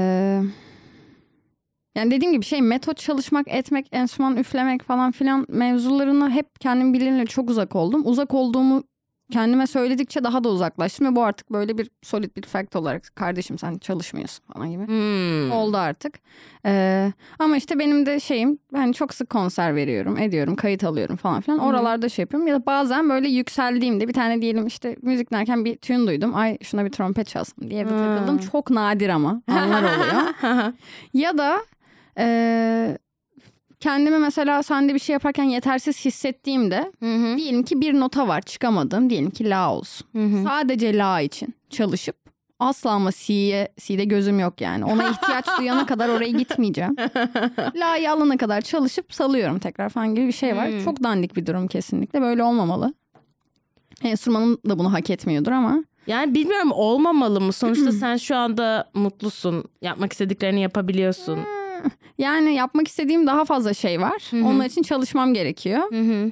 yani dediğim gibi şey metot çalışmak, etmek, enstrüman üflemek falan filan mevzularına hep kendim bilinle çok uzak oldum. Uzak olduğumu kendime söyledikçe daha da uzaklaştım ve bu artık böyle bir solid bir fact olarak kardeşim sen çalışmıyorsun falan gibi Hmm. oldu artık. Ee, ama işte benim de şeyim ben çok sık konser veriyorum, ediyorum, kayıt alıyorum falan filan. Oralarda şey yapıyorum ya da bazen böyle yükseldiğimde bir tane diyelim işte müzik dinlerken bir tune duydum. Ay şuna bir trompet çalsın diye evde takıldım. Çok nadir ama anlar oluyor. Ya da e, kendimi mesela sende bir şey yaparken yetersiz hissettiğimde diyelim ki bir nota var çıkamadım. Diyelim ki la olsun. Sadece la için çalışıp asla ama C'ye, C'de gözüm yok yani. Ona ihtiyaç duyana kadar oraya gitmeyeceğim. La'yı alana kadar çalışıp salıyorum tekrar falan gibi bir şey var. Hmm. Çok dandik bir durum kesinlikle. Böyle olmamalı. Enstrümanın da bunu hak etmiyordur ama. Yani bilmiyorum olmamalı mı? Sonuçta sen şu anda mutlusun. Yapmak istediklerini yapabiliyorsun. Yani yapmak istediğim daha fazla şey var. Hı hı. Onlar için çalışmam gerekiyor. Hı hı.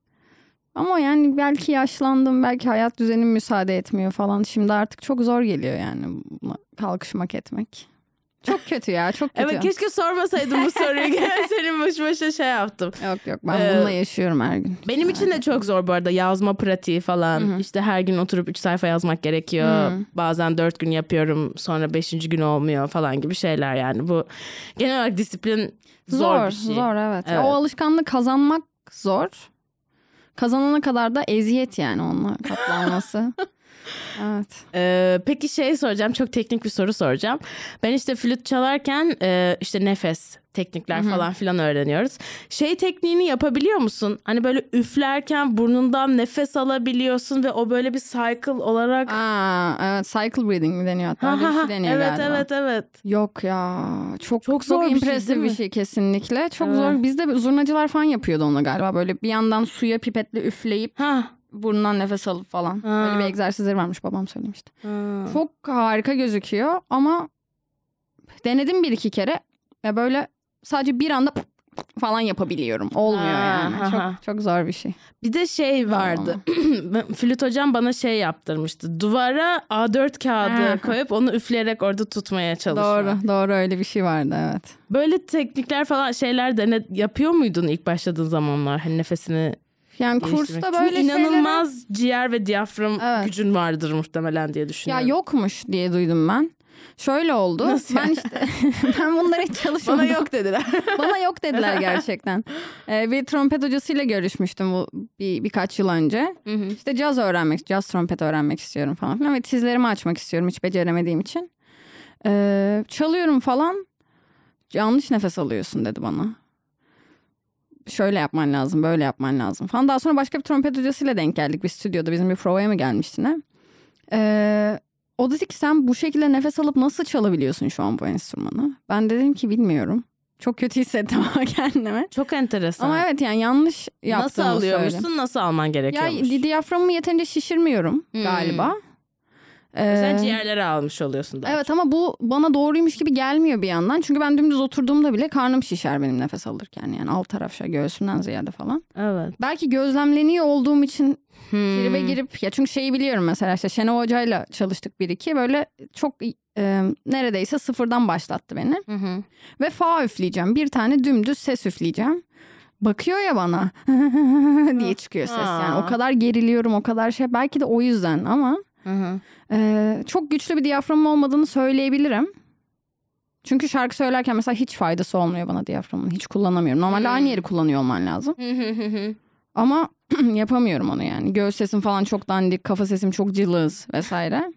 Ama yani belki yaşlandım, belki hayat düzenim müsaade etmiyor falan. Şimdi artık çok zor geliyor yani buna kalkışmak etmek. Çok kötü ya, çok kötü. Evet keşke sormasaydım bu soruyu. Senin boş boşa şey yaptım. Yok yok ben Ee, bununla yaşıyorum her gün. Benim için de çok zor bu arada yazma pratiği falan. Hı hı. İşte her gün oturup üç sayfa yazmak gerekiyor. Hı. Bazen dört gün yapıyorum sonra beşinci gün olmuyor falan gibi şeyler yani. Bu genel olarak disiplin zor, Zor, bir şey. zor evet. Evet. O alışkanlığı kazanmak zor. Kazanana kadar da eziyet yani onunla katlanması. Evet. Ee, peki şey soracağım, çok teknik bir soru soracağım. Ben işte flüt çalarken e, işte nefes teknikler Hı hı. falan filan öğreniyoruz. Şey tekniğini yapabiliyor musun? Hani böyle üflerken burnundan nefes alabiliyorsun ve o böyle bir cycle olarak... Aa, evet cycle breathing mi deniyor hatta öyle bir şey deniyor evet, galiba. evet evet Yok ya çok Çok zor bir şey, impresif değil bir mi? şey kesinlikle. Çok Evet. zor. Bizde zurnacılar falan yapıyordu onu galiba. Böyle bir yandan suya pipetle üfleyip Ha. burnundan nefes alıp falan. Ha. Böyle bir egzersizleri varmış babam söylemişti. Ha. Çok harika gözüküyor ama denedim bir iki kere. Ya böyle sadece bir anda falan yapabiliyorum. Olmuyor Ha, yani. ha, ha. Çok çok zor bir şey. Bir de şey vardı. Flüt hocam bana şey yaptırmıştı. Duvara A dört kağıdı Ha. koyup onu üfleyerek orada tutmaya çalışma. Doğru, doğru öyle bir şey vardı evet. Böyle teknikler falan şeyler dene yapıyor muydun ilk başladığın zamanlar? Hani nefesini Yani geliştirmek. kursta Çünkü böyle inanılmaz şeylere... ciğer ve diyafram Evet. gücün vardır muhtemelen diye Ya düşünüyorum. yokmuş diye duydum ben. Şöyle oldu. Nasıl ben yani? işte ben bunları hiç çalışmadım. Bana yok dediler. Bana yok dediler gerçekten. Ee, bir trompet hocasıyla görüşmüştüm bu bir birkaç yıl önce. İşte caz öğrenmek, caz trompet öğrenmek istiyorum falan filan ve tizlerimi açmak istiyorum hiç beceremediğim için. Ee, çalıyorum falan. Yanlış nefes alıyorsun dedi bana. Şöyle yapman lazım, böyle yapman lazım falan. Daha sonra başka bir trompet hocasıyla denk geldik bir stüdyoda. Bizim bir provaya mı gelmişti ne? Ee, o dedi ki sen bu şekilde nefes alıp nasıl çalabiliyorsun şu an bu enstrümanı? Ben dedim ki bilmiyorum. Çok kötü hissettim ama kendime. Çok enteresan. Ama evet yani yanlış yaptığımı Nasıl söyle. alıyormuşsun, nasıl alman gerekiyormuş? Ya diyaframımı yeterince şişirmiyorum Hmm. galiba. Sen Ee, ciğerleri almış oluyorsun daha Evet çok. ama bu bana doğruymuş gibi gelmiyor bir yandan. Çünkü ben dümdüz oturduğumda bile karnım şişer benim nefes alırken. Yani alt taraf şey göğsümden ziyade falan. Evet. Belki gözlemleniyor olduğum için Hmm. tribe girip ya çünkü şeyi biliyorum mesela işte Şenol Hoca'yla çalıştık bir iki böyle çok e, neredeyse sıfırdan başlattı beni. Hı hı. Ve fa üfleyeceğim bir tane dümdüz ses üfleyeceğim. Bakıyor ya bana diye çıkıyor ses yani o kadar geriliyorum o kadar şey belki de o yüzden ama Hı hı. e, çok güçlü bir diyaframım olmadığını söyleyebilirim. Çünkü şarkı söylerken mesela hiç faydası olmuyor bana diyaframın hiç kullanamıyorum. Normalde Hmm. aynı yeri kullanıyor olman lazım. Ama yapamıyorum onu yani. Göğüs sesim falan çok dandik, kafa sesim çok cılız vesaire.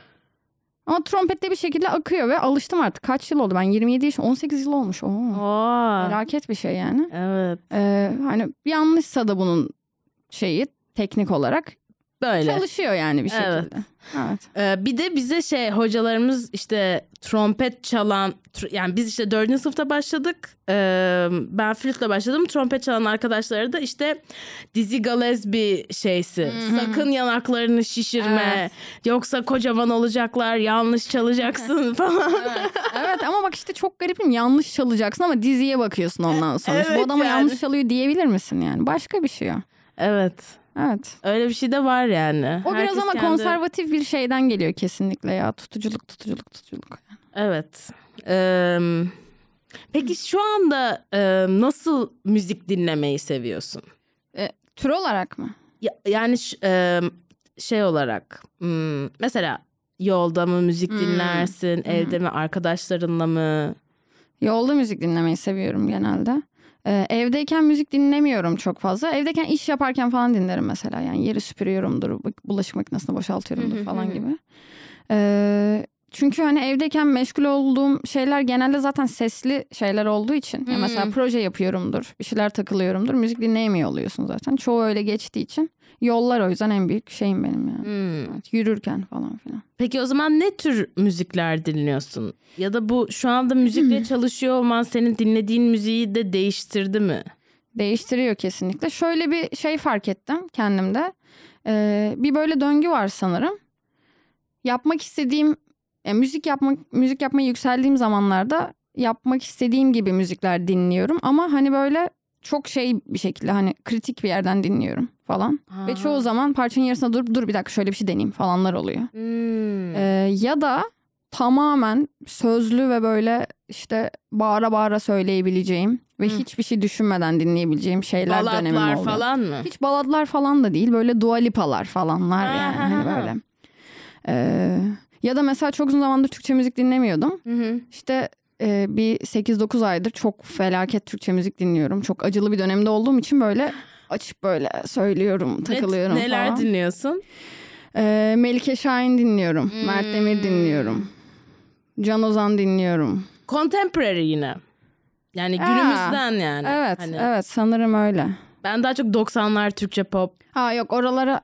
Ama trompette bir şekilde akıyor ve alıştım artık. Kaç yıl oldu? Ben yirmi yedi yaş, on sekiz yıl olmuş. Oo. Oo. Felaket bir şey yani. Evet. Ee, hani yanlışsa da bunun şeyi teknik olarak Böyle. çalışıyor yani bir şekilde. Evet. Evet. Ee, bir de bize şey hocalarımız işte trompet çalan tr- yani biz işte dördüncü sınıfta başladık. Ee, ben flütle başladım. Trompet çalan arkadaşları da işte Dizzy Gillespie şeysi. Sakın yanaklarını şişirme. Evet. Yoksa kocaman olacaklar. Yanlış çalacaksın falan. Evet. Evet ama bak işte çok garipim. Yanlış çalacaksın ama diziye bakıyorsun ondan sonra. Evet Bu adama yani. yanlış çalıyor diyebilir misin yani? Başka bir şey o. Evet. Evet. Öyle bir şey de var yani. O Herkes biraz ama kendi- konservatif bir şeyden geliyor kesinlikle ya. Tutuculuk, tutuculuk, tutuculuk. Evet. Ee, peki şu anda e, nasıl müzik dinlemeyi seviyorsun? E, tür olarak mı? Ya, yani ş- e, şey olarak hmm, mesela yolda mı müzik Hmm. dinlersin, evde mi arkadaşlarınla mı? Yolda müzik dinlemeyi seviyorum genelde. Ee, evdeyken müzik dinlemiyorum çok fazla. Evdeyken iş yaparken falan dinlerim mesela. Yani yeri süpürüyorumdur, bulaşık makinesini boşaltıyorumdur falan gibi. Ee, çünkü hani evdeyken meşgul olduğum şeyler genelde zaten sesli şeyler olduğu için. Ya mesela proje yapıyorumdur, bir şeyler takılıyorumdur. Müzik dinleyemiyor oluyorsun zaten. Çoğu öyle geçtiği için. Yollar o yüzden en büyük şeyim benim yani. Hmm. Evet, yürürken falan filan. Peki o zaman ne tür müzikler dinliyorsun? Ya da bu şu anda müzikle çalışıyor olman senin dinlediğin müziği de değiştirdi mi? Değiştiriyor kesinlikle. Şöyle bir şey fark ettim kendimde. Ee, bir böyle döngü var sanırım. Yapmak istediğim, yani müzik yapmak, müzik yapmaya yükseldiğim zamanlarda yapmak istediğim gibi müzikler dinliyorum. Ama hani böyle çok şey bir şekilde hani kritik bir yerden dinliyorum falan. Ha. Ve çoğu zaman parçanın yarısına durup dur bir dakika şöyle bir şey deneyeyim falanlar oluyor. Hmm. Ee, ya da tamamen sözlü ve böyle işte bağıra bağıra söyleyebileceğim ve hiçbir şey düşünmeden dinleyebileceğim şeyler dönemim Balatlar oluyor. falan mı? Hiç baladlar falan da değil böyle Dua Lipa'lar falanlar yani hani böyle. Ee, ya da mesela çok uzun zamandır Türkçe müzik dinlemiyordum. Hı hı. İşte e, bir sekiz dokuz aydır çok felaket Türkçe müzik dinliyorum. Çok acılı bir dönemde olduğum için böyle açıp böyle söylüyorum, takılıyorum Ne, neler falan. dinliyorsun? Ee, Melike Şahin dinliyorum. Hmm. Mert Demir dinliyorum. Can Ozan dinliyorum. Contemporary yine. Yani Aa, günümüzden yani. Evet, Hani evet sanırım öyle. ben daha çok doksanlar Türkçe pop. Ha yok oralara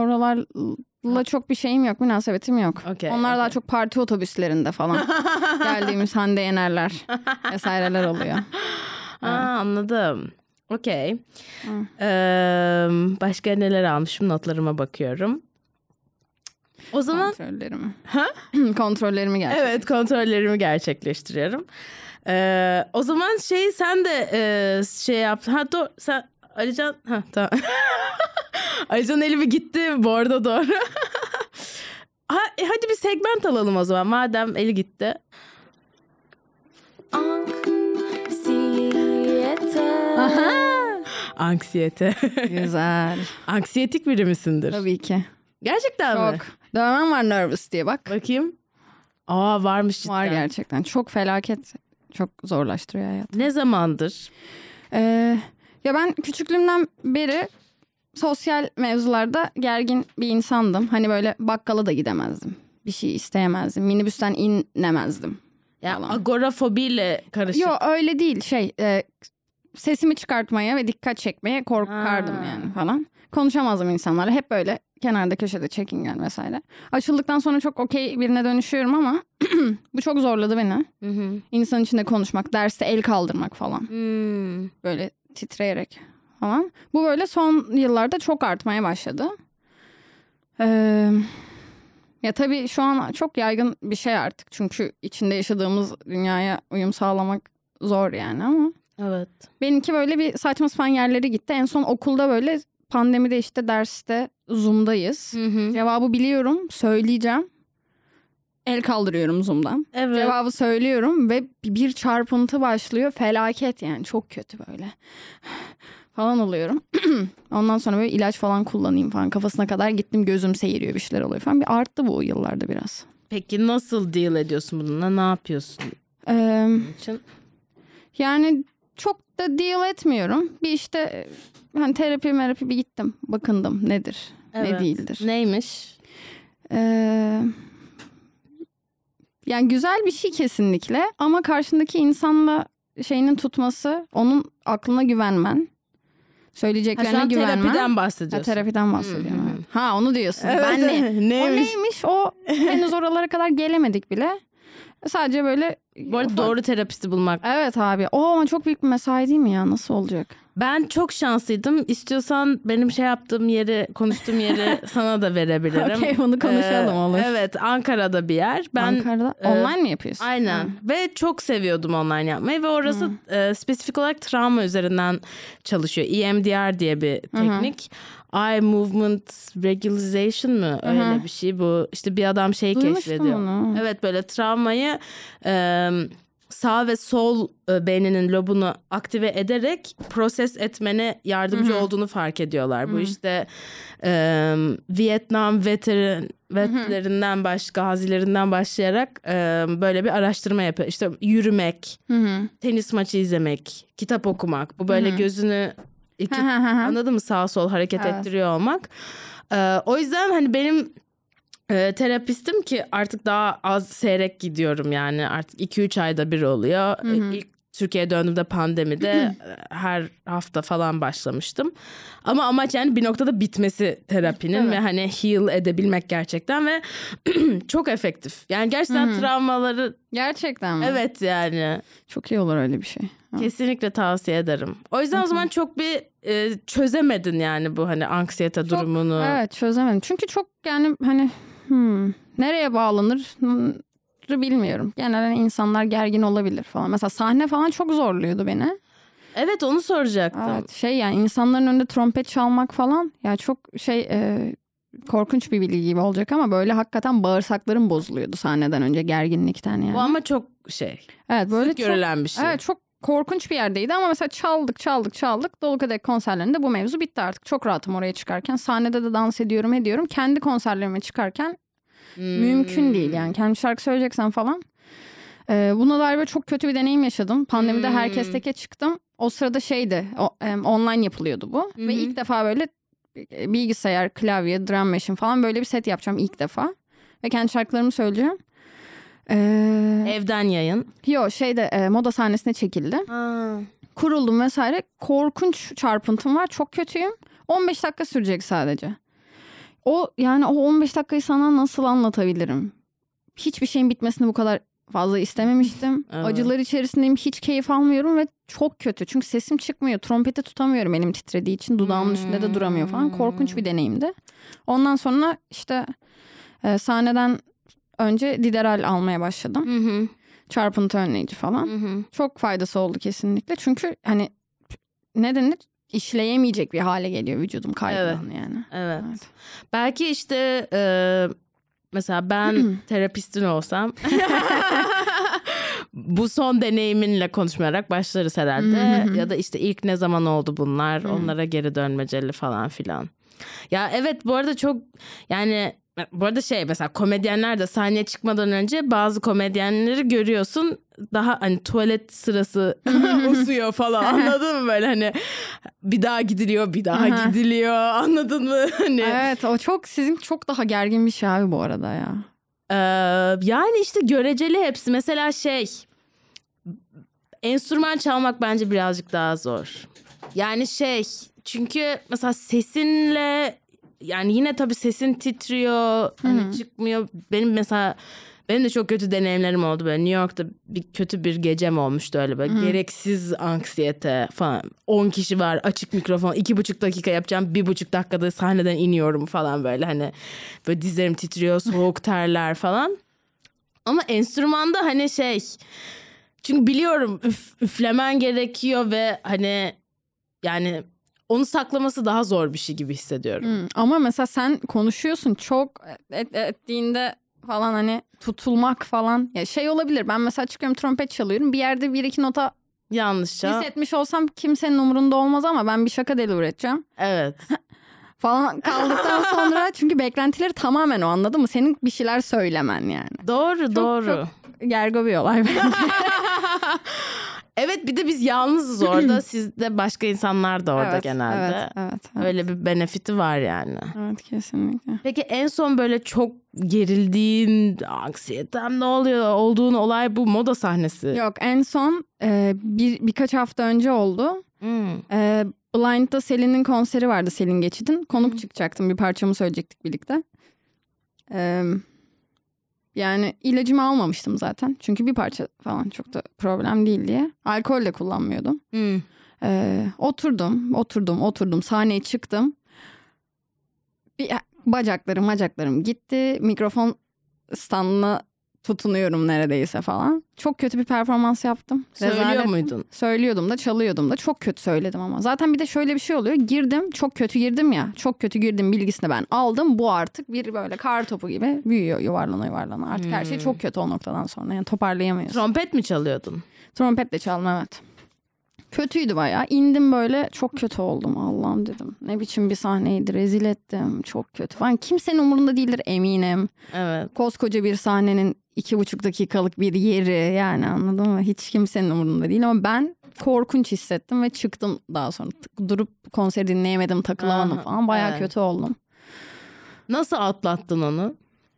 oralarla çok bir şeyim yok, münasebetim yok. Okey, Onlar daha okey. çok parti otobüslerinde falan geldiğimiz Hande Yenerler vesaireler oluyor. Aa, anladım. Okey. Hı. Ee, başka neler almışım notlarıma bakıyorum. O zaman Kontrollerimi. ha? Kontrollerimi gerçekleştiriyorum. Evet, kontrollerimi gerçekleştiriyorum. Ee, o zaman şey sen de e, şey yap. Ha dur sen Alican ha tamam. Alican eli bir gitti bu arada doğru. ha, e, hadi bir segment alalım o zaman madem eli gitti. Anksiyete. Aha. Anksiyete. Güzel. Anksiyetik biri misindir? Tabii ki. Gerçekten mi? Çok. Dövmem var nervous diye bak. Bakayım. Aa varmış cidden. Var gerçekten. Çok felaket. Çok zorlaştırıyor hayatı. Ne zamandır? Ee, ya ben küçüklüğümden beri sosyal mevzularda gergin bir insandım. Hani böyle bakkala da gidemezdim. Bir şey isteyemezdim. Minibüsten inemezdim. Ya Falan. agorafobiyle karışık. Yok öyle değil şey e, sesimi çıkartmaya ve dikkat çekmeye korkardım Ha. yani falan. Konuşamazdım insanlarla. Hep böyle kenarda köşede çekingen vesaire. Açıldıktan sonra çok okey birine dönüşüyorum ama bu çok zorladı beni. Hı hı. İnsan içinde konuşmak, derste el kaldırmak falan. Hmm. Böyle titreyerek falan. Bu böyle son yıllarda çok artmaya başladı. Ee, ya tabii şu an çok yaygın bir şey artık. Çünkü içinde yaşadığımız dünyaya uyum sağlamak zor yani ama. Evet. Benimki böyle bir saçma sapan yerlere gitti. En son okulda böyle pandemide işte derste Zoom'dayız. Hı hı. Cevabı biliyorum, söyleyeceğim. El kaldırıyorum Zoom'dan. Evet. Cevabı söylüyorum ve bir çarpıntı başlıyor. Felaket yani çok kötü böyle. falan oluyorum. Ondan sonra böyle ilaç falan kullanayım falan. Kafasına kadar gittim gözüm seyiriyor bir şeyler oluyor falan. Bir arttı bu yıllarda biraz. Peki nasıl deal ediyorsun bununla? Ne yapıyorsun? Ee, Bunun için? yani çok da deal etmiyorum. Bir işte hani terapi merapi bir gittim. Bakındım nedir ne Evet. değildir. Neymiş? Ee, yani güzel bir şey kesinlikle ama karşındaki insanla şeyinin tutması, onun aklına güvenmen, Ha, şu söyleyeceklerine an güvenmen. terapiden Ha, bahsediyorsun. terapiden bahsediyorum. Hı hı. evet. Ha onu diyorsun. Evet, ben ne? evet. O Neymiş? neymiş? O henüz oralara kadar gelemedik bile. Sadece böyle Bu arada ufak- doğru terapisti bulmak. Evet abi. O ama çok büyük bir mesai değil mi ya? Nasıl olacak? Ben çok şanslıydım. İstiyorsan benim şey yaptığım yeri, konuştuğum yeri sana da verebilirim. Okey, bunu konuşalım, Ee, olur. Evet, Ankara'da bir yer. Ben Ankara'da e, online mi yapıyorsun? Aynen. Hı. Ve çok seviyordum online yapmayı ve orası e, spesifik olarak travma üzerinden çalışıyor. E M D R diye bir teknik. Eye Movement Regularization mı? Öyle bir şey bu. İşte bir adam şeyi Duymuştum keşfediyor. bunu. Evet, böyle travmayı e, sağ ve sol e, beyninin lobunu aktive ederek proses etmene yardımcı olduğunu fark ediyorlar. Bu işte e, Vietnam veteran vetlerinden baş, gazilerinden başlayarak e, böyle bir araştırma yapıyor. İşte yürümek, Hı hı. tenis maçı izlemek, kitap okumak. Bu böyle gözünü iki, Hı hı hı hı. anladın mı, sağ sol hareket Evet. ettiriyor olmak. E, o yüzden hani benim e, terapistim ki artık daha az seyrek gidiyorum yani artık iki üç ayda bir oluyor. E, İlk Türkiye'ye döndüğümde pandemide e, her hafta falan başlamıştım. Ama amaç yani bir noktada bitmesi terapinin Evet. ve hani heal edebilmek gerçekten ve çok efektif. Yani gerçekten travmaları Gerçekten mi? evet yani Çok iyi olur öyle bir şey. Ha. kesinlikle tavsiye ederim. O yüzden o zaman çok bir e, çözemedin yani bu hani anksiyete durumunu. Evet çözemedim. Çünkü çok yani hani hmm, nereye bağlanır hmm, bilmiyorum. Genelde insanlar gergin olabilir falan. Mesela sahne falan çok zorluyordu beni. Evet, onu soracaktım. Evet, şey yani insanların önünde trompet çalmak falan ya çok şey e, korkunç bir bilgi gibi olacak ama böyle hakikaten bağırsaklarım bozuluyordu sahneden önce gerginlikten yani. Bu ama çok şey. Evet böyle Sık çok, görülen bir şey. evet çok korkunç bir yerdeydi ama mesela çaldık çaldık çaldık Dolu Kadehi konserlerinde bu mevzu bitti artık. Çok rahatım oraya çıkarken. Sahnede de dans ediyorum ediyorum. Kendi konserlerime çıkarken Hmm. mümkün değil yani. Kendi şarkı söyleyeceksen falan. Ee, buna dair böyle çok kötü bir deneyim yaşadım. Pandemide Hmm. herkes teke çıktım. O sırada şeydi o, em, online yapılıyordu bu. Ve ilk defa böyle e, bilgisayar, klavye, drum machine falan böyle bir set yapacağım ilk defa. Ve kendi şarkılarımı söyleyeceğim. Ee, Evden yayın. yo şeyde e, moda sahnesine çekildi. Ha. Kuruldum vesaire. Korkunç çarpıntım var. Çok kötüyüm. on beş dakika sürecek sadece. O yani o on beş dakikayı sana nasıl anlatabilirim? Hiçbir şeyin bitmesini bu kadar fazla istememiştim. Evet. Acılar içerisindeyim. Hiç keyif almıyorum ve çok kötü. Çünkü sesim çıkmıyor. Trompeti tutamıyorum elim titrediği için. Dudağımın üstünde de duramıyor falan. Korkunç bir deneyimdi. Ondan sonra işte Ee, sahneden önce Dideral almaya başladım. Hı hı. Çarpıntı önleyici falan. Hı hı. Çok faydası oldu kesinlikle. Çünkü hani ne denir? İşleyemeyecek bir hale geliyor vücudum kaygıdan Evet. yani. Evet. Evet. Belki işte e, mesela ben terapistin olsam bu son deneyiminle konuşmayarak başlarız herhalde. Ya da işte ilk ne zaman oldu bunlar, onlara geri dönmeceli falan filan. Ya evet, bu arada çok yani bu arada şey, mesela komedyenler de sahneye çıkmadan önce bazı komedyenleri görüyorsun, daha hani tuvalet sırası usuyor falan, anladın mı, böyle hani bir daha gidiliyor bir daha Aha. gidiliyor, anladın mı hani. Evet, o çok sizin çok daha gergin bir şey abi bu arada ya. Ee, yani işte göreceli hepsi. Mesela şey, enstrüman çalmak bence birazcık daha zor. Yani şey, çünkü mesela sesinle, yani yine tabii sesin titriyor, hani çıkmıyor. Benim mesela benim de çok kötü deneyimlerim oldu böyle. New York'ta bir kötü bir gecem olmuştu öyle böyle. Hı-hı. Gereksiz anksiyete falan. on kişi var, açık mikrofon, iki buçuk dakika yapacağım, bir buçuk dakikada sahneden iniyorum falan böyle. Hani böyle dizlerim titriyor, soğuk terler falan. Ama enstrümanda hani şey, çünkü biliyorum üf, üflemen gerekiyor ve hani yani onu saklaması daha zor bir şey gibi hissediyorum. Hmm, ama mesela sen konuşuyorsun çok et, ettiğinde falan hani tutulmak falan. Ya şey olabilir, ben mesela çıkıyorum trompet çalıyorum, bir yerde bir iki nota yanlışça hissetmiş olsam kimsenin umurunda olmaz ama ben bir şaka deli üreteceğim. Evet. falan kaldıktan sonra çünkü beklentileri tamamen o, anladın mı? Senin bir şeyler söylemen yani. Doğru Çok, doğru. Çok gergo bir olay bence. Evet, bir de biz yalnızız orada. Sizde başka insanlar da orada evet, genelde. Evet, evet, evet. Öyle bir benefiti var yani. Evet, kesinlikle. Peki en son böyle çok gerildiğin, anksiyetem ne oluyor olduğun olay bu moda sahnesi. Yok, en son e, bir birkaç hafta önce oldu. Hmm. E, Blind'da Selin'in konseri vardı, Selin Geçit'in. Konuk hmm. çıkacaktım, bir parçamı söyleyecektik birlikte. E, yani ilacımı almamıştım zaten. Çünkü bir parça falan çok da problem değil diye. Alkol de kullanmıyordum. Hmm. E, oturdum, oturdum, oturdum. Sahneye çıktım. Bir, bacaklarım, bacaklarım gitti. Mikrofon standına tutunuyorum neredeyse falan. Çok kötü bir performans yaptım. Söylüyor Rezalet. muydun? Söylüyordum da, çalıyordum da. Çok kötü söyledim ama. Zaten bir de şöyle bir şey oluyor. Girdim, çok kötü girdim ya. Çok kötü girdim bilgisini ben aldım. Bu artık bir böyle kar topu gibi büyüyor, yuvarlana yuvarlana. Artık hmm. her şey çok kötü o noktadan sonra. Yani toparlayamıyorsun. Trompet mi çalıyordun? Trompetle çaldım, evet. Kötüydü bayağı. İndim böyle, çok kötü oldum. Allah'ım dedim. Ne biçim bir sahneydi, rezil ettim. Çok kötü falan. Kimsenin umurunda değildir eminim. Evet. Koskoca bir sahnenin iki buçuk dakikalık bir yeri, yani anladın mı? Hiç kimsenin umurunda değil ama ben korkunç hissettim ve çıktım daha sonra. Durup konseri dinleyemedim, takılamadım Aha, falan. Bayağı evet. kötü oldum. Nasıl atlattın onu?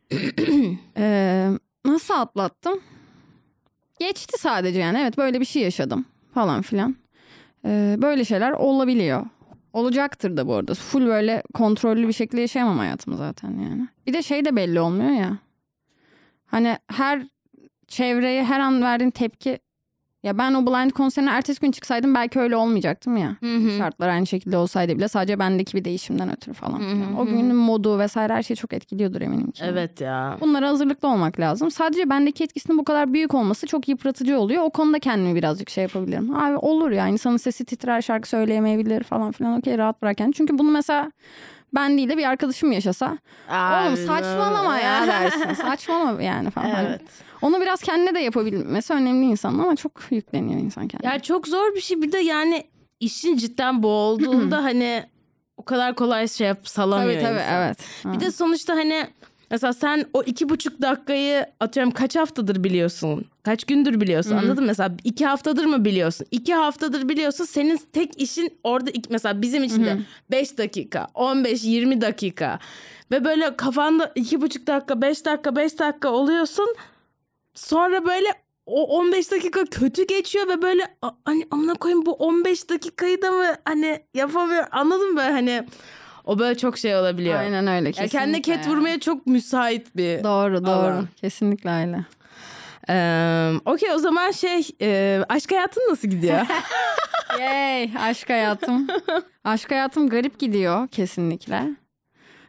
ee, nasıl atlattım? Geçti sadece yani. Evet, böyle bir şey yaşadım falan filan. Ee, böyle şeyler olabiliyor. Olacaktır da bu arada. Full böyle kontrollü bir şekilde yaşayamam hayatımı zaten yani. Bir de şey de belli olmuyor ya. Hani her çevreye her an verdiğin tepki. Ya ben o Blind konserine ertesi gün çıksaydım belki öyle olmayacaktım ya. Hı hı. Şartlar aynı şekilde olsaydı bile, sadece bendeki bir değişimden ötürü falan filan. Hı hı. O günün modu vesaire her şey çok etkiliyordur eminim ki. Evet ya. Bunlara hazırlıklı olmak lazım. Sadece bendeki etkisinin bu kadar büyük olması çok yıpratıcı oluyor. O konuda kendimi birazcık şey yapabilirim. Abi olur ya, insanın sesi titrer, şarkı söyleyemeyebilir falan filan. Okey, rahat bırak yani. Çünkü bunu mesela ben değil de bir arkadaşım yaşasa, Abi, oğlum saçmalama ya dersin. Saçmalama yani falan. Evet. Onu biraz kendine de yapabilmesi önemli insanın, ama çok yükleniyor insan kendine. Ya çok zor bir şey. Bir de yani işin cidden bu olduğunda hani o kadar kolay şey yap salamıyor tabii, tabii, insan. Evet. Bir evet. de sonuçta hani mesela sen o iki buçuk dakikayı atıyorum kaç haftadır biliyorsun? Kaç gündür biliyorsun? Hı-hı. Anladın mı? Mesela iki haftadır mı biliyorsun? İki haftadır biliyorsun. Senin tek işin orada mesela bizim için de beş dakika, on beş yirmi dakika. Ve böyle kafanda iki buçuk dakika, beş dakika, beş dakika oluyorsun. Sonra böyle o on beş dakika kötü geçiyor ve böyle hani amına koyayım bu on beş dakikayı da mı hani yapamıyor, anladın mı, böyle hani o böyle çok şey olabiliyor. Aynen öyle, kesinlikle. Yani kendine ket vurmaya çok müsait bir Doğru doğru alan. Kesinlikle öyle. Ee, Okey, o zaman şey e, aşk hayatın nasıl gidiyor? Yay, aşk hayatım. Aşk hayatım garip gidiyor kesinlikle.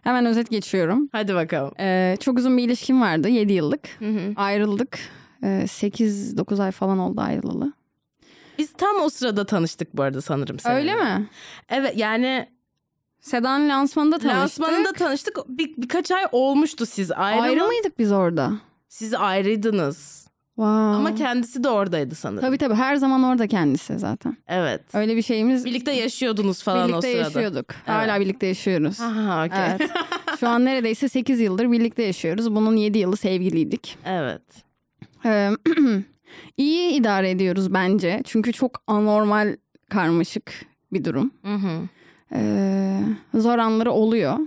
Hemen özet geçiyorum. Hadi bakalım. Ee, çok uzun bir ilişkim vardı. yedi yıllık. Hı hı. Ayrıldık. Ee, sekiz dokuz ay falan oldu ayrılalı. Biz tam o sırada tanıştık bu arada sanırım seninle. Öyle mi? Evet yani Seda'nın lansmanında tanıştık. lansmanında tanıştık. Bir, birkaç ay olmuştu siz ayrı. Ayrı mıydık biz orada? Siz ayrıydınız. Wow. Ama kendisi de oradaydı sanırım. Tabii tabii her zaman orada kendisi zaten. Evet. Öyle bir şeyimiz. Birlikte yaşıyordunuz falan birlikte o sırada. yaşıyorduk. Hala birlikte yaşıyoruz. Aha, okey. Evet. Şu an neredeyse sekiz yıldır birlikte yaşıyoruz. Bunun yedi yılı sevgiliydik. Evet. Ee, iyi idare ediyoruz bence. Çünkü çok anormal karmaşık bir durum. Hı hı. Ee, zor anları oluyor.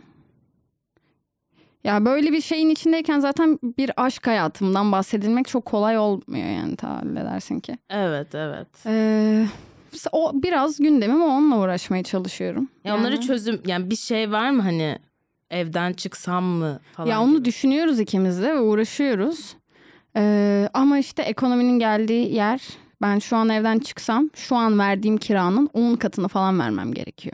Ya böyle bir şeyin içindeyken zaten bir aşk hayatımdan bahsedilmek çok kolay olmuyor yani tahayyül edersin ki. Evet, evet. Ee, o biraz gündemim onunla uğraşmaya çalışıyorum. Ya yani. onları çözüm yani bir şey var mı hani evden çıksam mı falan Ya onu gibi. düşünüyoruz ikimiz de ve uğraşıyoruz. Ee, ama işte ekonominin geldiği yer, ben şu an evden çıksam şu an verdiğim kiranın on katını falan vermem gerekiyor.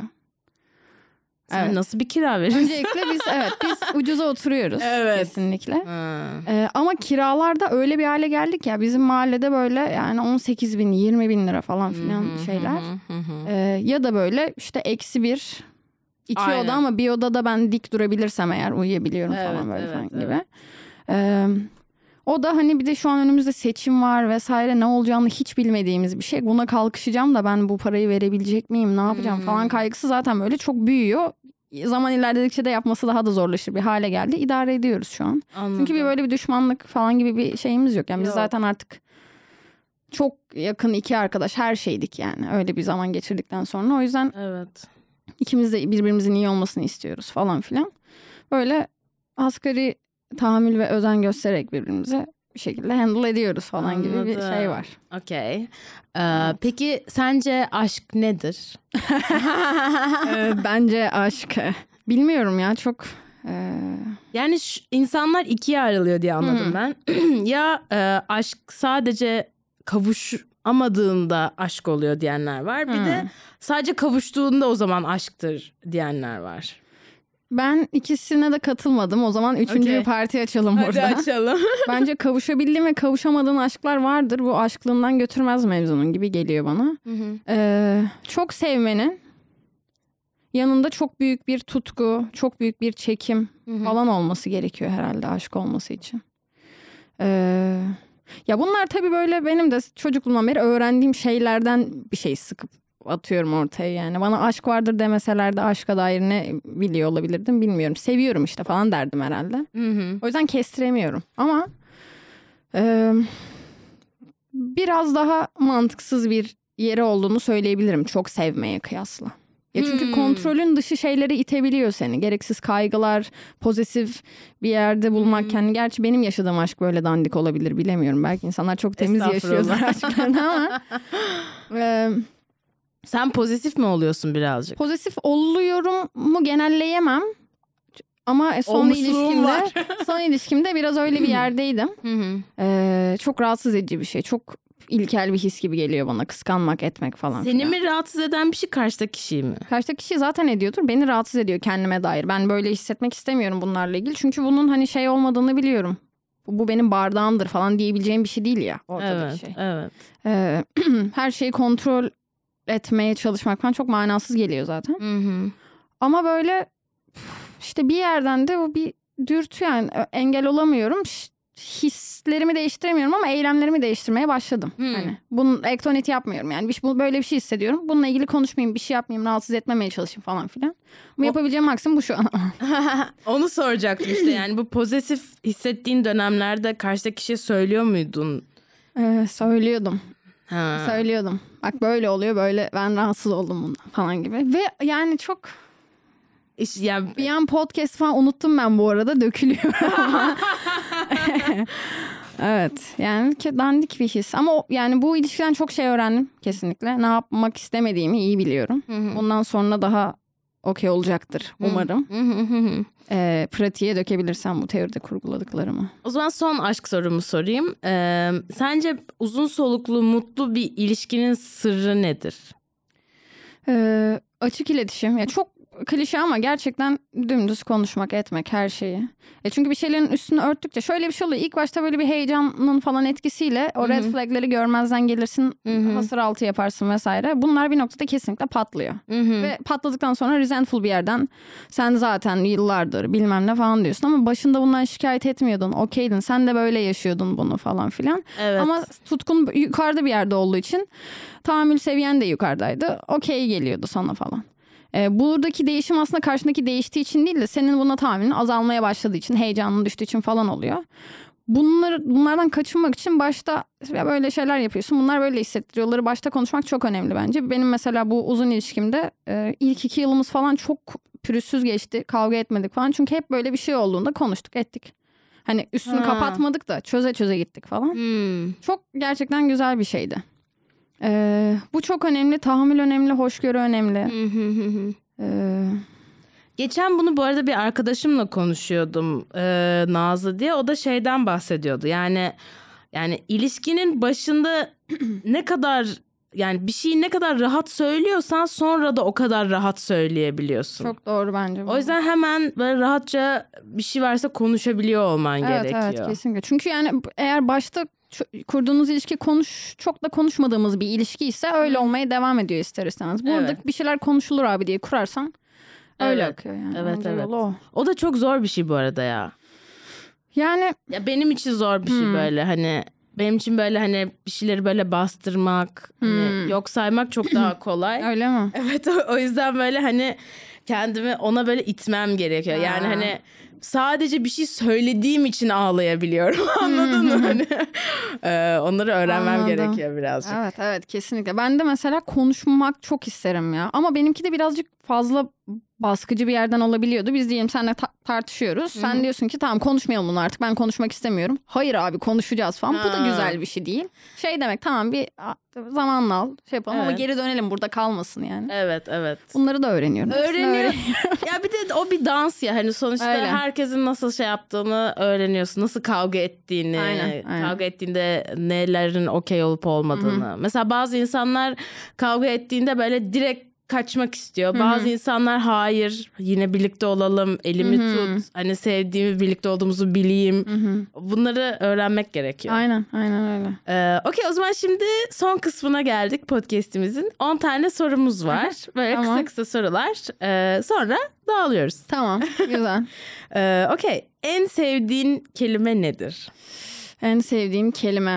Sen Evet. nasıl bir kira veriyorsun? Öncelikle biz evet biz ucuza oturuyoruz Evet. kesinlikle. Ha. Ee, ama kiralarda öyle bir hale geldik ya, bizim mahallede böyle yani on sekiz bin yirmi bin lira falan filan Hı hı, şeyler. hı hı. Ee, ya da böyle işte eksi bir iki Aynen. oda ama bir odada ben dik durabilirsem eğer uyuyabiliyorum Evet, falan böyle evet, falan evet. gibi. Ee, o da hani bir de şu an önümüzde seçim var vesaire, ne olacağını hiç bilmediğimiz bir şey. Buna kalkışacağım da ben bu parayı verebilecek miyim, ne yapacağım Hmm. falan kaygısı zaten böyle çok büyüyor. Zaman ilerledikçe de yapması daha da zorlaşır bir hale geldi. İdare ediyoruz şu an. Anladım. Çünkü bir böyle bir düşmanlık falan gibi bir şeyimiz yok. Yani biz Yok. zaten artık çok yakın iki arkadaş her şeydik yani. Öyle bir zaman geçirdikten sonra. O yüzden Evet. ikimiz de birbirimizin iyi olmasını istiyoruz falan filan. Böyle asgari tahammül ve özen göstererek birbirimize bir şekilde handle ediyoruz falan gibi bir Anladım. şey var. Okey. Ee, Peki sence aşk nedir? Ee, bence aşk bilmiyorum ya çok e, Yani şu, insanlar ikiye ayrılıyor diye anladım Hı. ben. Ya e, aşk sadece kavuşamadığında aşk oluyor diyenler var. Bir Hı. de sadece kavuştuğunda o zaman aşktır diyenler var. ben ikisine de katılmadım. O zaman üçüncü Okey. bir parti açalım burada. açalım. Bence kavuşabildiğin ve kavuşamadığın aşklar vardır. Bu aşklığından götürmez mevzunun gibi geliyor bana. Ee, çok sevmenin yanında çok büyük bir tutku, çok büyük bir çekim falan olması gerekiyor herhalde aşk olması için. Ee, ya bunlar tabii böyle benim de çocukluğumdan beri öğrendiğim şeylerden bir şey sıkıp atıyorum ortaya yani. Bana aşk vardır demeseler de aşka dair ne biliyor olabilirdim bilmiyorum. Seviyorum işte falan derdim herhalde. Hı hı. O yüzden kestiremiyorum. Ama e, biraz daha mantıksız bir yeri olduğunu söyleyebilirim çok sevmeye kıyasla. Ya çünkü Hmm. kontrolün dışı şeyleri itebiliyor seni. Gereksiz kaygılar, pozesif bir yerde bulmak Hmm. kendini. Gerçi benim yaşadığım aşk böyle dandik olabilir bilemiyorum. Belki insanlar çok temiz yaşıyorlar Estağfurullah. aşklarını ama... e, Sen pozitif mi oluyorsun birazcık? pozitif oluyorum mu genelleyemem. Ama son Olmuşluğum ilişkimde var. son ilişkimde biraz öyle bir yerdeydim. Hı hı. Ee, çok rahatsız edici bir şey. Çok ilkel bir his gibi geliyor bana. Kıskanmak, etmek falan Seni filan. mi rahatsız eden bir şey karşıdaki kişiyi mi? Karşıdaki kişi zaten ediyordur. Beni rahatsız ediyor kendime dair. Ben böyle hissetmek istemiyorum bunlarla ilgili. Çünkü bunun hani şey olmadığını biliyorum. Bu, bu benim bardağımdır falan diyebileceğim bir şey değil ya ortadaki Evet, şey. evet. Ee, her şeyi kontrol etmeye çalışmak falan çok manasız geliyor zaten. Hı hı. Ama böyle işte bir yerden de bu bir dürtü yani engel olamıyorum. Ş- Hislerimi değiştiremiyorum ama eylemlerimi değiştirmeye başladım. Hmm. Hani bunun ektonit yapmıyorum yani. Bir, bu- böyle bir şey hissediyorum. Bununla ilgili konuşmayayım, bir şey yapmayayım, rahatsız etmemeye çalışayım falan filan. Ama O- yapabileceğim maksimum bu şu an. Onu soracaktım işte yani bu pozitif hissettiğin dönemlerde karşıdaki kişiye söylüyor muydun? Ee, söylüyordum. Ha. Söylüyordum. Bak böyle oluyor, böyle ben rahatsız oldum bundan falan gibi. Ve yani çok İşte yani bir an podcast falan unuttum ben bu arada, dökülüyor ama. Evet yani ki dandik bir his ama o, yani bu ilişkiden çok şey öğrendim kesinlikle. Ne yapmak istemediğimi iyi biliyorum. hı. Bundan sonra daha okey olacaktır umarım. Hı hı hı hı. Ee, pratiğe dökebilirsem bu teoride kurguladıklarımı. O zaman son aşk sorumu sorayım. Ee, sence uzun soluklu mutlu bir ilişkinin sırrı nedir? Ee, açık iletişim. Ya çok klişe ama gerçekten dümdüz konuşmak, etmek her şeyi. E çünkü bir şeylerin üstünü örttükçe şöyle bir şey oluyor. İlk başta böyle bir heyecanın falan etkisiyle o red flagleri görmezden gelirsin. Hı-hı. Hasır altı yaparsın vesaire. Bunlar bir noktada kesinlikle patlıyor. Hı-hı. Ve patladıktan sonra resentful bir yerden sen zaten yıllardır bilmem ne falan diyorsun. Ama başında bundan şikayet etmiyordun. Okeydin. Sen de böyle yaşıyordun bunu falan filan. Evet. Ama tutkun yukarıda bir yerde olduğu için tahammül seviyen de yukarıdaydı. Okey geliyordu sana falan. Ee, buradaki değişim aslında karşındaki değiştiği için değil de senin buna tahammülün azalmaya başladığı için, heyecanın düştüğü için falan oluyor. Bunları, bunlardan kaçınmak için başta böyle şeyler yapıyorsun. Bunlar böyle hissettiriyorları başta konuşmak çok önemli bence. Benim mesela bu uzun ilişkimde e, ilk iki yılımız falan çok pürüzsüz geçti. Kavga etmedik falan. Çünkü hep böyle bir şey olduğunda konuştuk, ettik. Hani üstünü ha. kapatmadık da çöze çöze gittik falan. Hmm. Çok gerçekten güzel bir şeydi. Ee, bu çok önemli. Tahammül önemli. Hoşgörü önemli. ee... Geçen bunu bu arada bir arkadaşımla konuşuyordum, e, Nazlı diye. O da şeyden bahsediyordu. Yani yani ilişkinin başında ne kadar, yani bir şeyi ne kadar rahat söylüyorsan sonra da o kadar rahat söyleyebiliyorsun. Çok doğru bence bu. O yüzden hemen böyle rahatça bir şey varsa konuşabiliyor olman evet, gerekiyor. Evet evet kesinlikle. Çünkü yani eğer başta kurduğunuz ilişki konuş çok da konuşmadığımız bir ilişki ise öyle olmaya devam ediyor ister istemez. Burada evet. bir şeyler konuşulur abi diye kurarsan öyle evet. akıyor yani. Evet bence evet. O. o da çok zor bir şey bu arada ya. Yani ya benim için zor bir şey hmm. böyle hani benim için böyle hani bir şeyleri böyle bastırmak, hmm. hani yok saymak çok daha kolay. Öyle mi? Evet o, o yüzden böyle hani kendimi ona böyle itmem gerekiyor. Ha. Yani hani sadece bir şey söylediğim için ağlayabiliyorum. Anladın mı? Hani ee, onları öğrenmem Anladım. gerekiyor birazcık. Evet evet kesinlikle. Ben de mesela konuşmak çok isterim ya. Ama benimki de birazcık fazla baskıcı bir yerden olabiliyordu. Biz diyelim seninle ta- tartışıyoruz. Hı-hı. Sen diyorsun ki tamam konuşmayalım bunu artık, ben konuşmak istemiyorum. Hayır abi konuşacağız falan. Ha. Bu da güzel bir şey değil. Şey demek tamam bir zamanla al şey yapalım evet. ama geri dönelim, burada kalmasın yani. Evet evet. Bunları da öğreniyorum. Öğreniyorum. Ya bir de o bir dans ya hani sonuçta Öyle. herkesin nasıl şey yaptığını öğreniyorsun. Nasıl kavga ettiğini. Aynen, aynen. Kavga ettiğinde nelerin okey olup olmadığını. Hı-hı. Mesela bazı insanlar kavga ettiğinde böyle direkt kaçmak istiyor. Bazı Hı-hı. insanlar hayır yine birlikte olalım, elimi Hı-hı. tut, hani sevdiğimi, birlikte olduğumuzu bileyim. Hı-hı. Bunları öğrenmek gerekiyor. Aynen aynen öyle. Ee, Okey o zaman şimdi son kısmına geldik podcast'imizin. on tane sorumuz var. Böyle tamam. kısa kısa sorular. Ee, sonra dağılıyoruz. Tamam güzel. ee, Okey en sevdiğin kelime nedir? En sevdiğim kelime.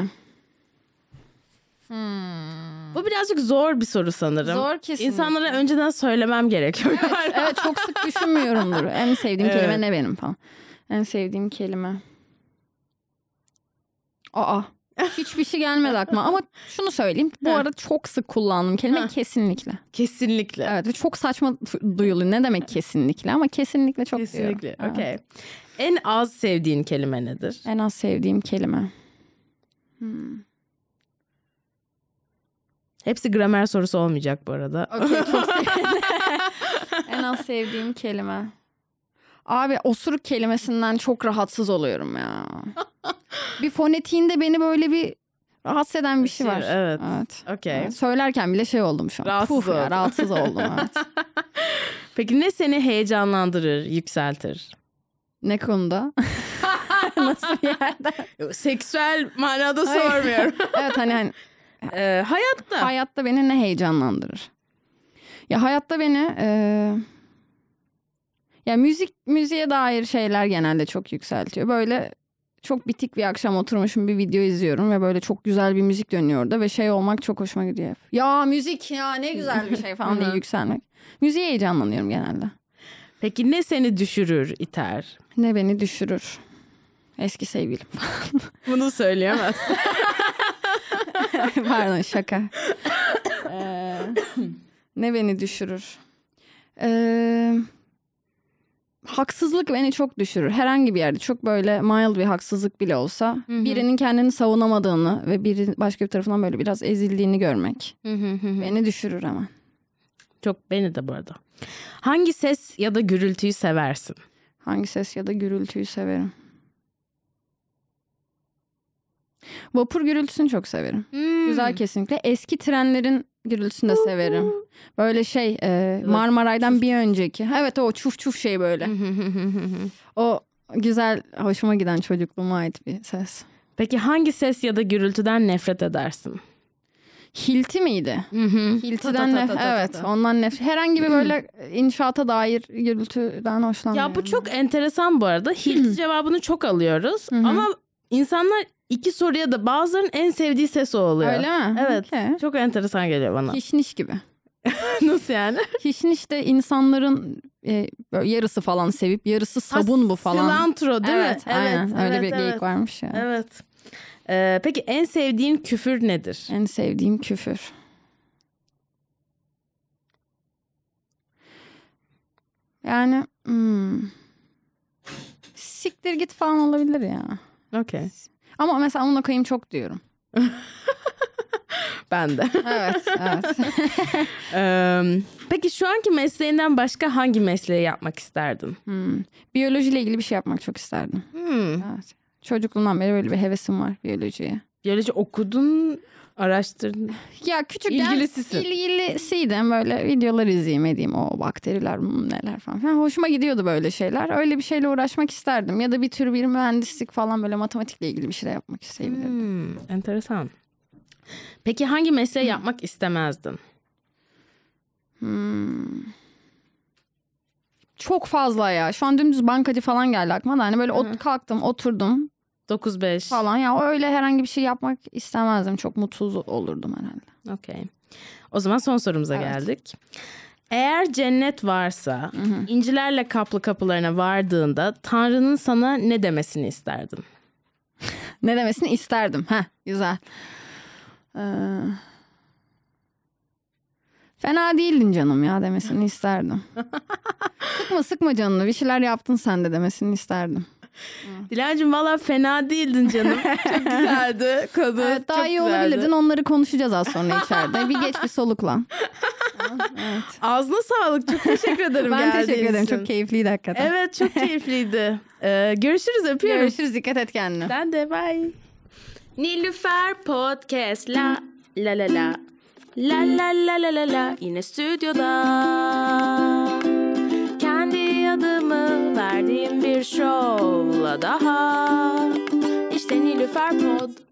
Hmm. Bu birazcık zor bir soru sanırım. Zor kesinlikle. İnsanlara önceden söylemem gerekiyor. Evet, evet çok sık düşünmüyorumdur. En sevdiğim evet. kelime ne benim falan. En sevdiğim kelime. Aa. Hiçbir şey gelmedi aklıma ama şunu söyleyeyim. Bu arada çok sık kullandığım kelime ha. kesinlikle. Kesinlikle. Evet ve çok saçma duyuluyor. Ne demek kesinlikle ama kesinlikle çok kesinlikle. diyorum. Kesinlikle. Evet. Okey. En az sevdiğin kelime nedir? En az sevdiğim kelime. Hmm. Hepsi gramer sorusu olmayacak bu arada. Okey çok sevdiğim. En az sevdiğim kelime. Abi osuruk kelimesinden çok rahatsız oluyorum ya. Bir fonetiğinde beni böyle bir rahatsız eden bir şey var. Evet. Evet. Okey. Evet. Söylerken bile şey oldum şu an. Rahatsız Puh ya, rahatsız oldum evet. Peki ne seni heyecanlandırır, yükseltir? Ne konuda? Nasıl bir yerde? Seksüel manada sormuyorum. Evet hani hani. Ee, hayatta. Hayatta beni ne heyecanlandırır? Ya hayatta beni e, ya müzik müziğe dair şeyler genelde çok yükseltiyor. Böyle çok bitik bir akşam oturmuşum bir video izliyorum ve böyle çok güzel bir müzik dönüyor orada ve şey olmak çok hoşuma gidiyor. Ya müzik ya ne güzel bir şey falan diye yükselmek. Müziğe heyecanlanıyorum genelde. Peki ne seni düşürür, iter? Ne beni düşürür? Eski sevgilim falan. Bunu söyleyemezsin. Pardon şaka. ee, ne beni düşürür? Ee, haksızlık beni çok düşürür. Herhangi bir yerde çok böyle mild bir haksızlık bile olsa Hı-hı. birinin kendini savunamadığını ve biri başka bir tarafından böyle biraz ezildiğini görmek Hı-hı. beni düşürür hemen. Çok beni de bu arada. Hangi ses ya da gürültüyü seversin? Hangi ses ya da gürültüyü severim? Vapur gürültüsünü çok severim. Hmm. Güzel kesinlikle. Eski trenlerin gürültüsünü de severim. Böyle şey e, Marmaray'dan bir önceki. Evet o çuf çuf şey böyle. O güzel, hoşuma giden, çocukluğuma ait bir ses. Peki hangi ses ya da gürültüden nefret edersin? Hilti miydi? Hiltiden Ta ta ta nef- ta ta evet ta. ondan nefret. Herhangi bir böyle inşaata dair gürültüden hoşlanmıyorum. Ya bu çok enteresan bu arada. Hilti cevabını çok alıyoruz ama insanlar iki soruya da bazılarının en sevdiği ses o oluyor. Öyle mi? Evet. Okay. Çok enteresan geliyor bana. Kişniş gibi. Nasıl yani? Kişniş de insanların e, böyle yarısı falan sevip yarısı sabun bu falan. Cilantro değil evet, mi? Aynen. Evet, Öyle evet, bir geyik evet. varmış ya. Evet. Ee, peki en sevdiğin küfür nedir? En sevdiğim küfür. Yani hmm, siktir git falan olabilir ya. Okey. Ama mesela onunla koyayım çok diyorum. Ben de. Evet, evet. Ee, peki şu anki mesleğinden başka hangi mesleği yapmak isterdin? Hmm. Biyolojiyle ilgili bir şey yapmak çok isterdim. Hmm. Evet. Çocukluğumdan beri böyle bir hevesim var biyolojiye. Biyoloji okudun, araştırdın. Ya küçükken İlgilisisin. ilgilisiydim, böyle videolar izleyeyim edeyim, o bakteriler hmm, neler falan. Yani hoşuma gidiyordu böyle şeyler. Öyle bir şeyle uğraşmak isterdim. Ya da bir tür bir mühendislik falan, böyle matematikle ilgili bir şey yapmak isteyebilirdim. Hmm, enteresan. Peki hangi mesleği Hmm. yapmak istemezdin? Hmm. Çok fazla ya. Şu an dümdüz bankacı falan geldi aklıma da. Hani böyle ot, kalktım oturdum dokuz beş. falan. Ya öyle herhangi bir şey yapmak istemezdim. Çok mutsuz olurdum herhalde. Okey. O zaman son sorumuza Evet. geldik. Eğer cennet varsa incilerle kaplı kapılarına vardığında Tanrı'nın sana ne demesini isterdin? Ne demesini isterdim. Heh, güzel. Ee, fena değildin canım ya demesini isterdim. Sıkma sıkma canını, bir şeyler yaptın sen de demesini isterdim. Dilancığım valla fena değildin canım. Çok güzeldi konu. Evet, daha Çok iyi güzeldi. olabilirdin, onları konuşacağız az sonra içeride. Bir geç bir soluklan. Evet. Ağzına sağlık. Çok teşekkür ederim Ben geldiğin teşekkür ederim, için. çok keyifliydi hakikaten. Evet çok keyifliydi. Ee, görüşürüz, öpüyorum. Görüşürüz, dikkat et kendine. Ben de bye. Nilüfer Podcast la la la la la la la la la la yine stüdyoda. Kendi adımı verdiğim bir şovla daha. İşte Nilüfer Pod.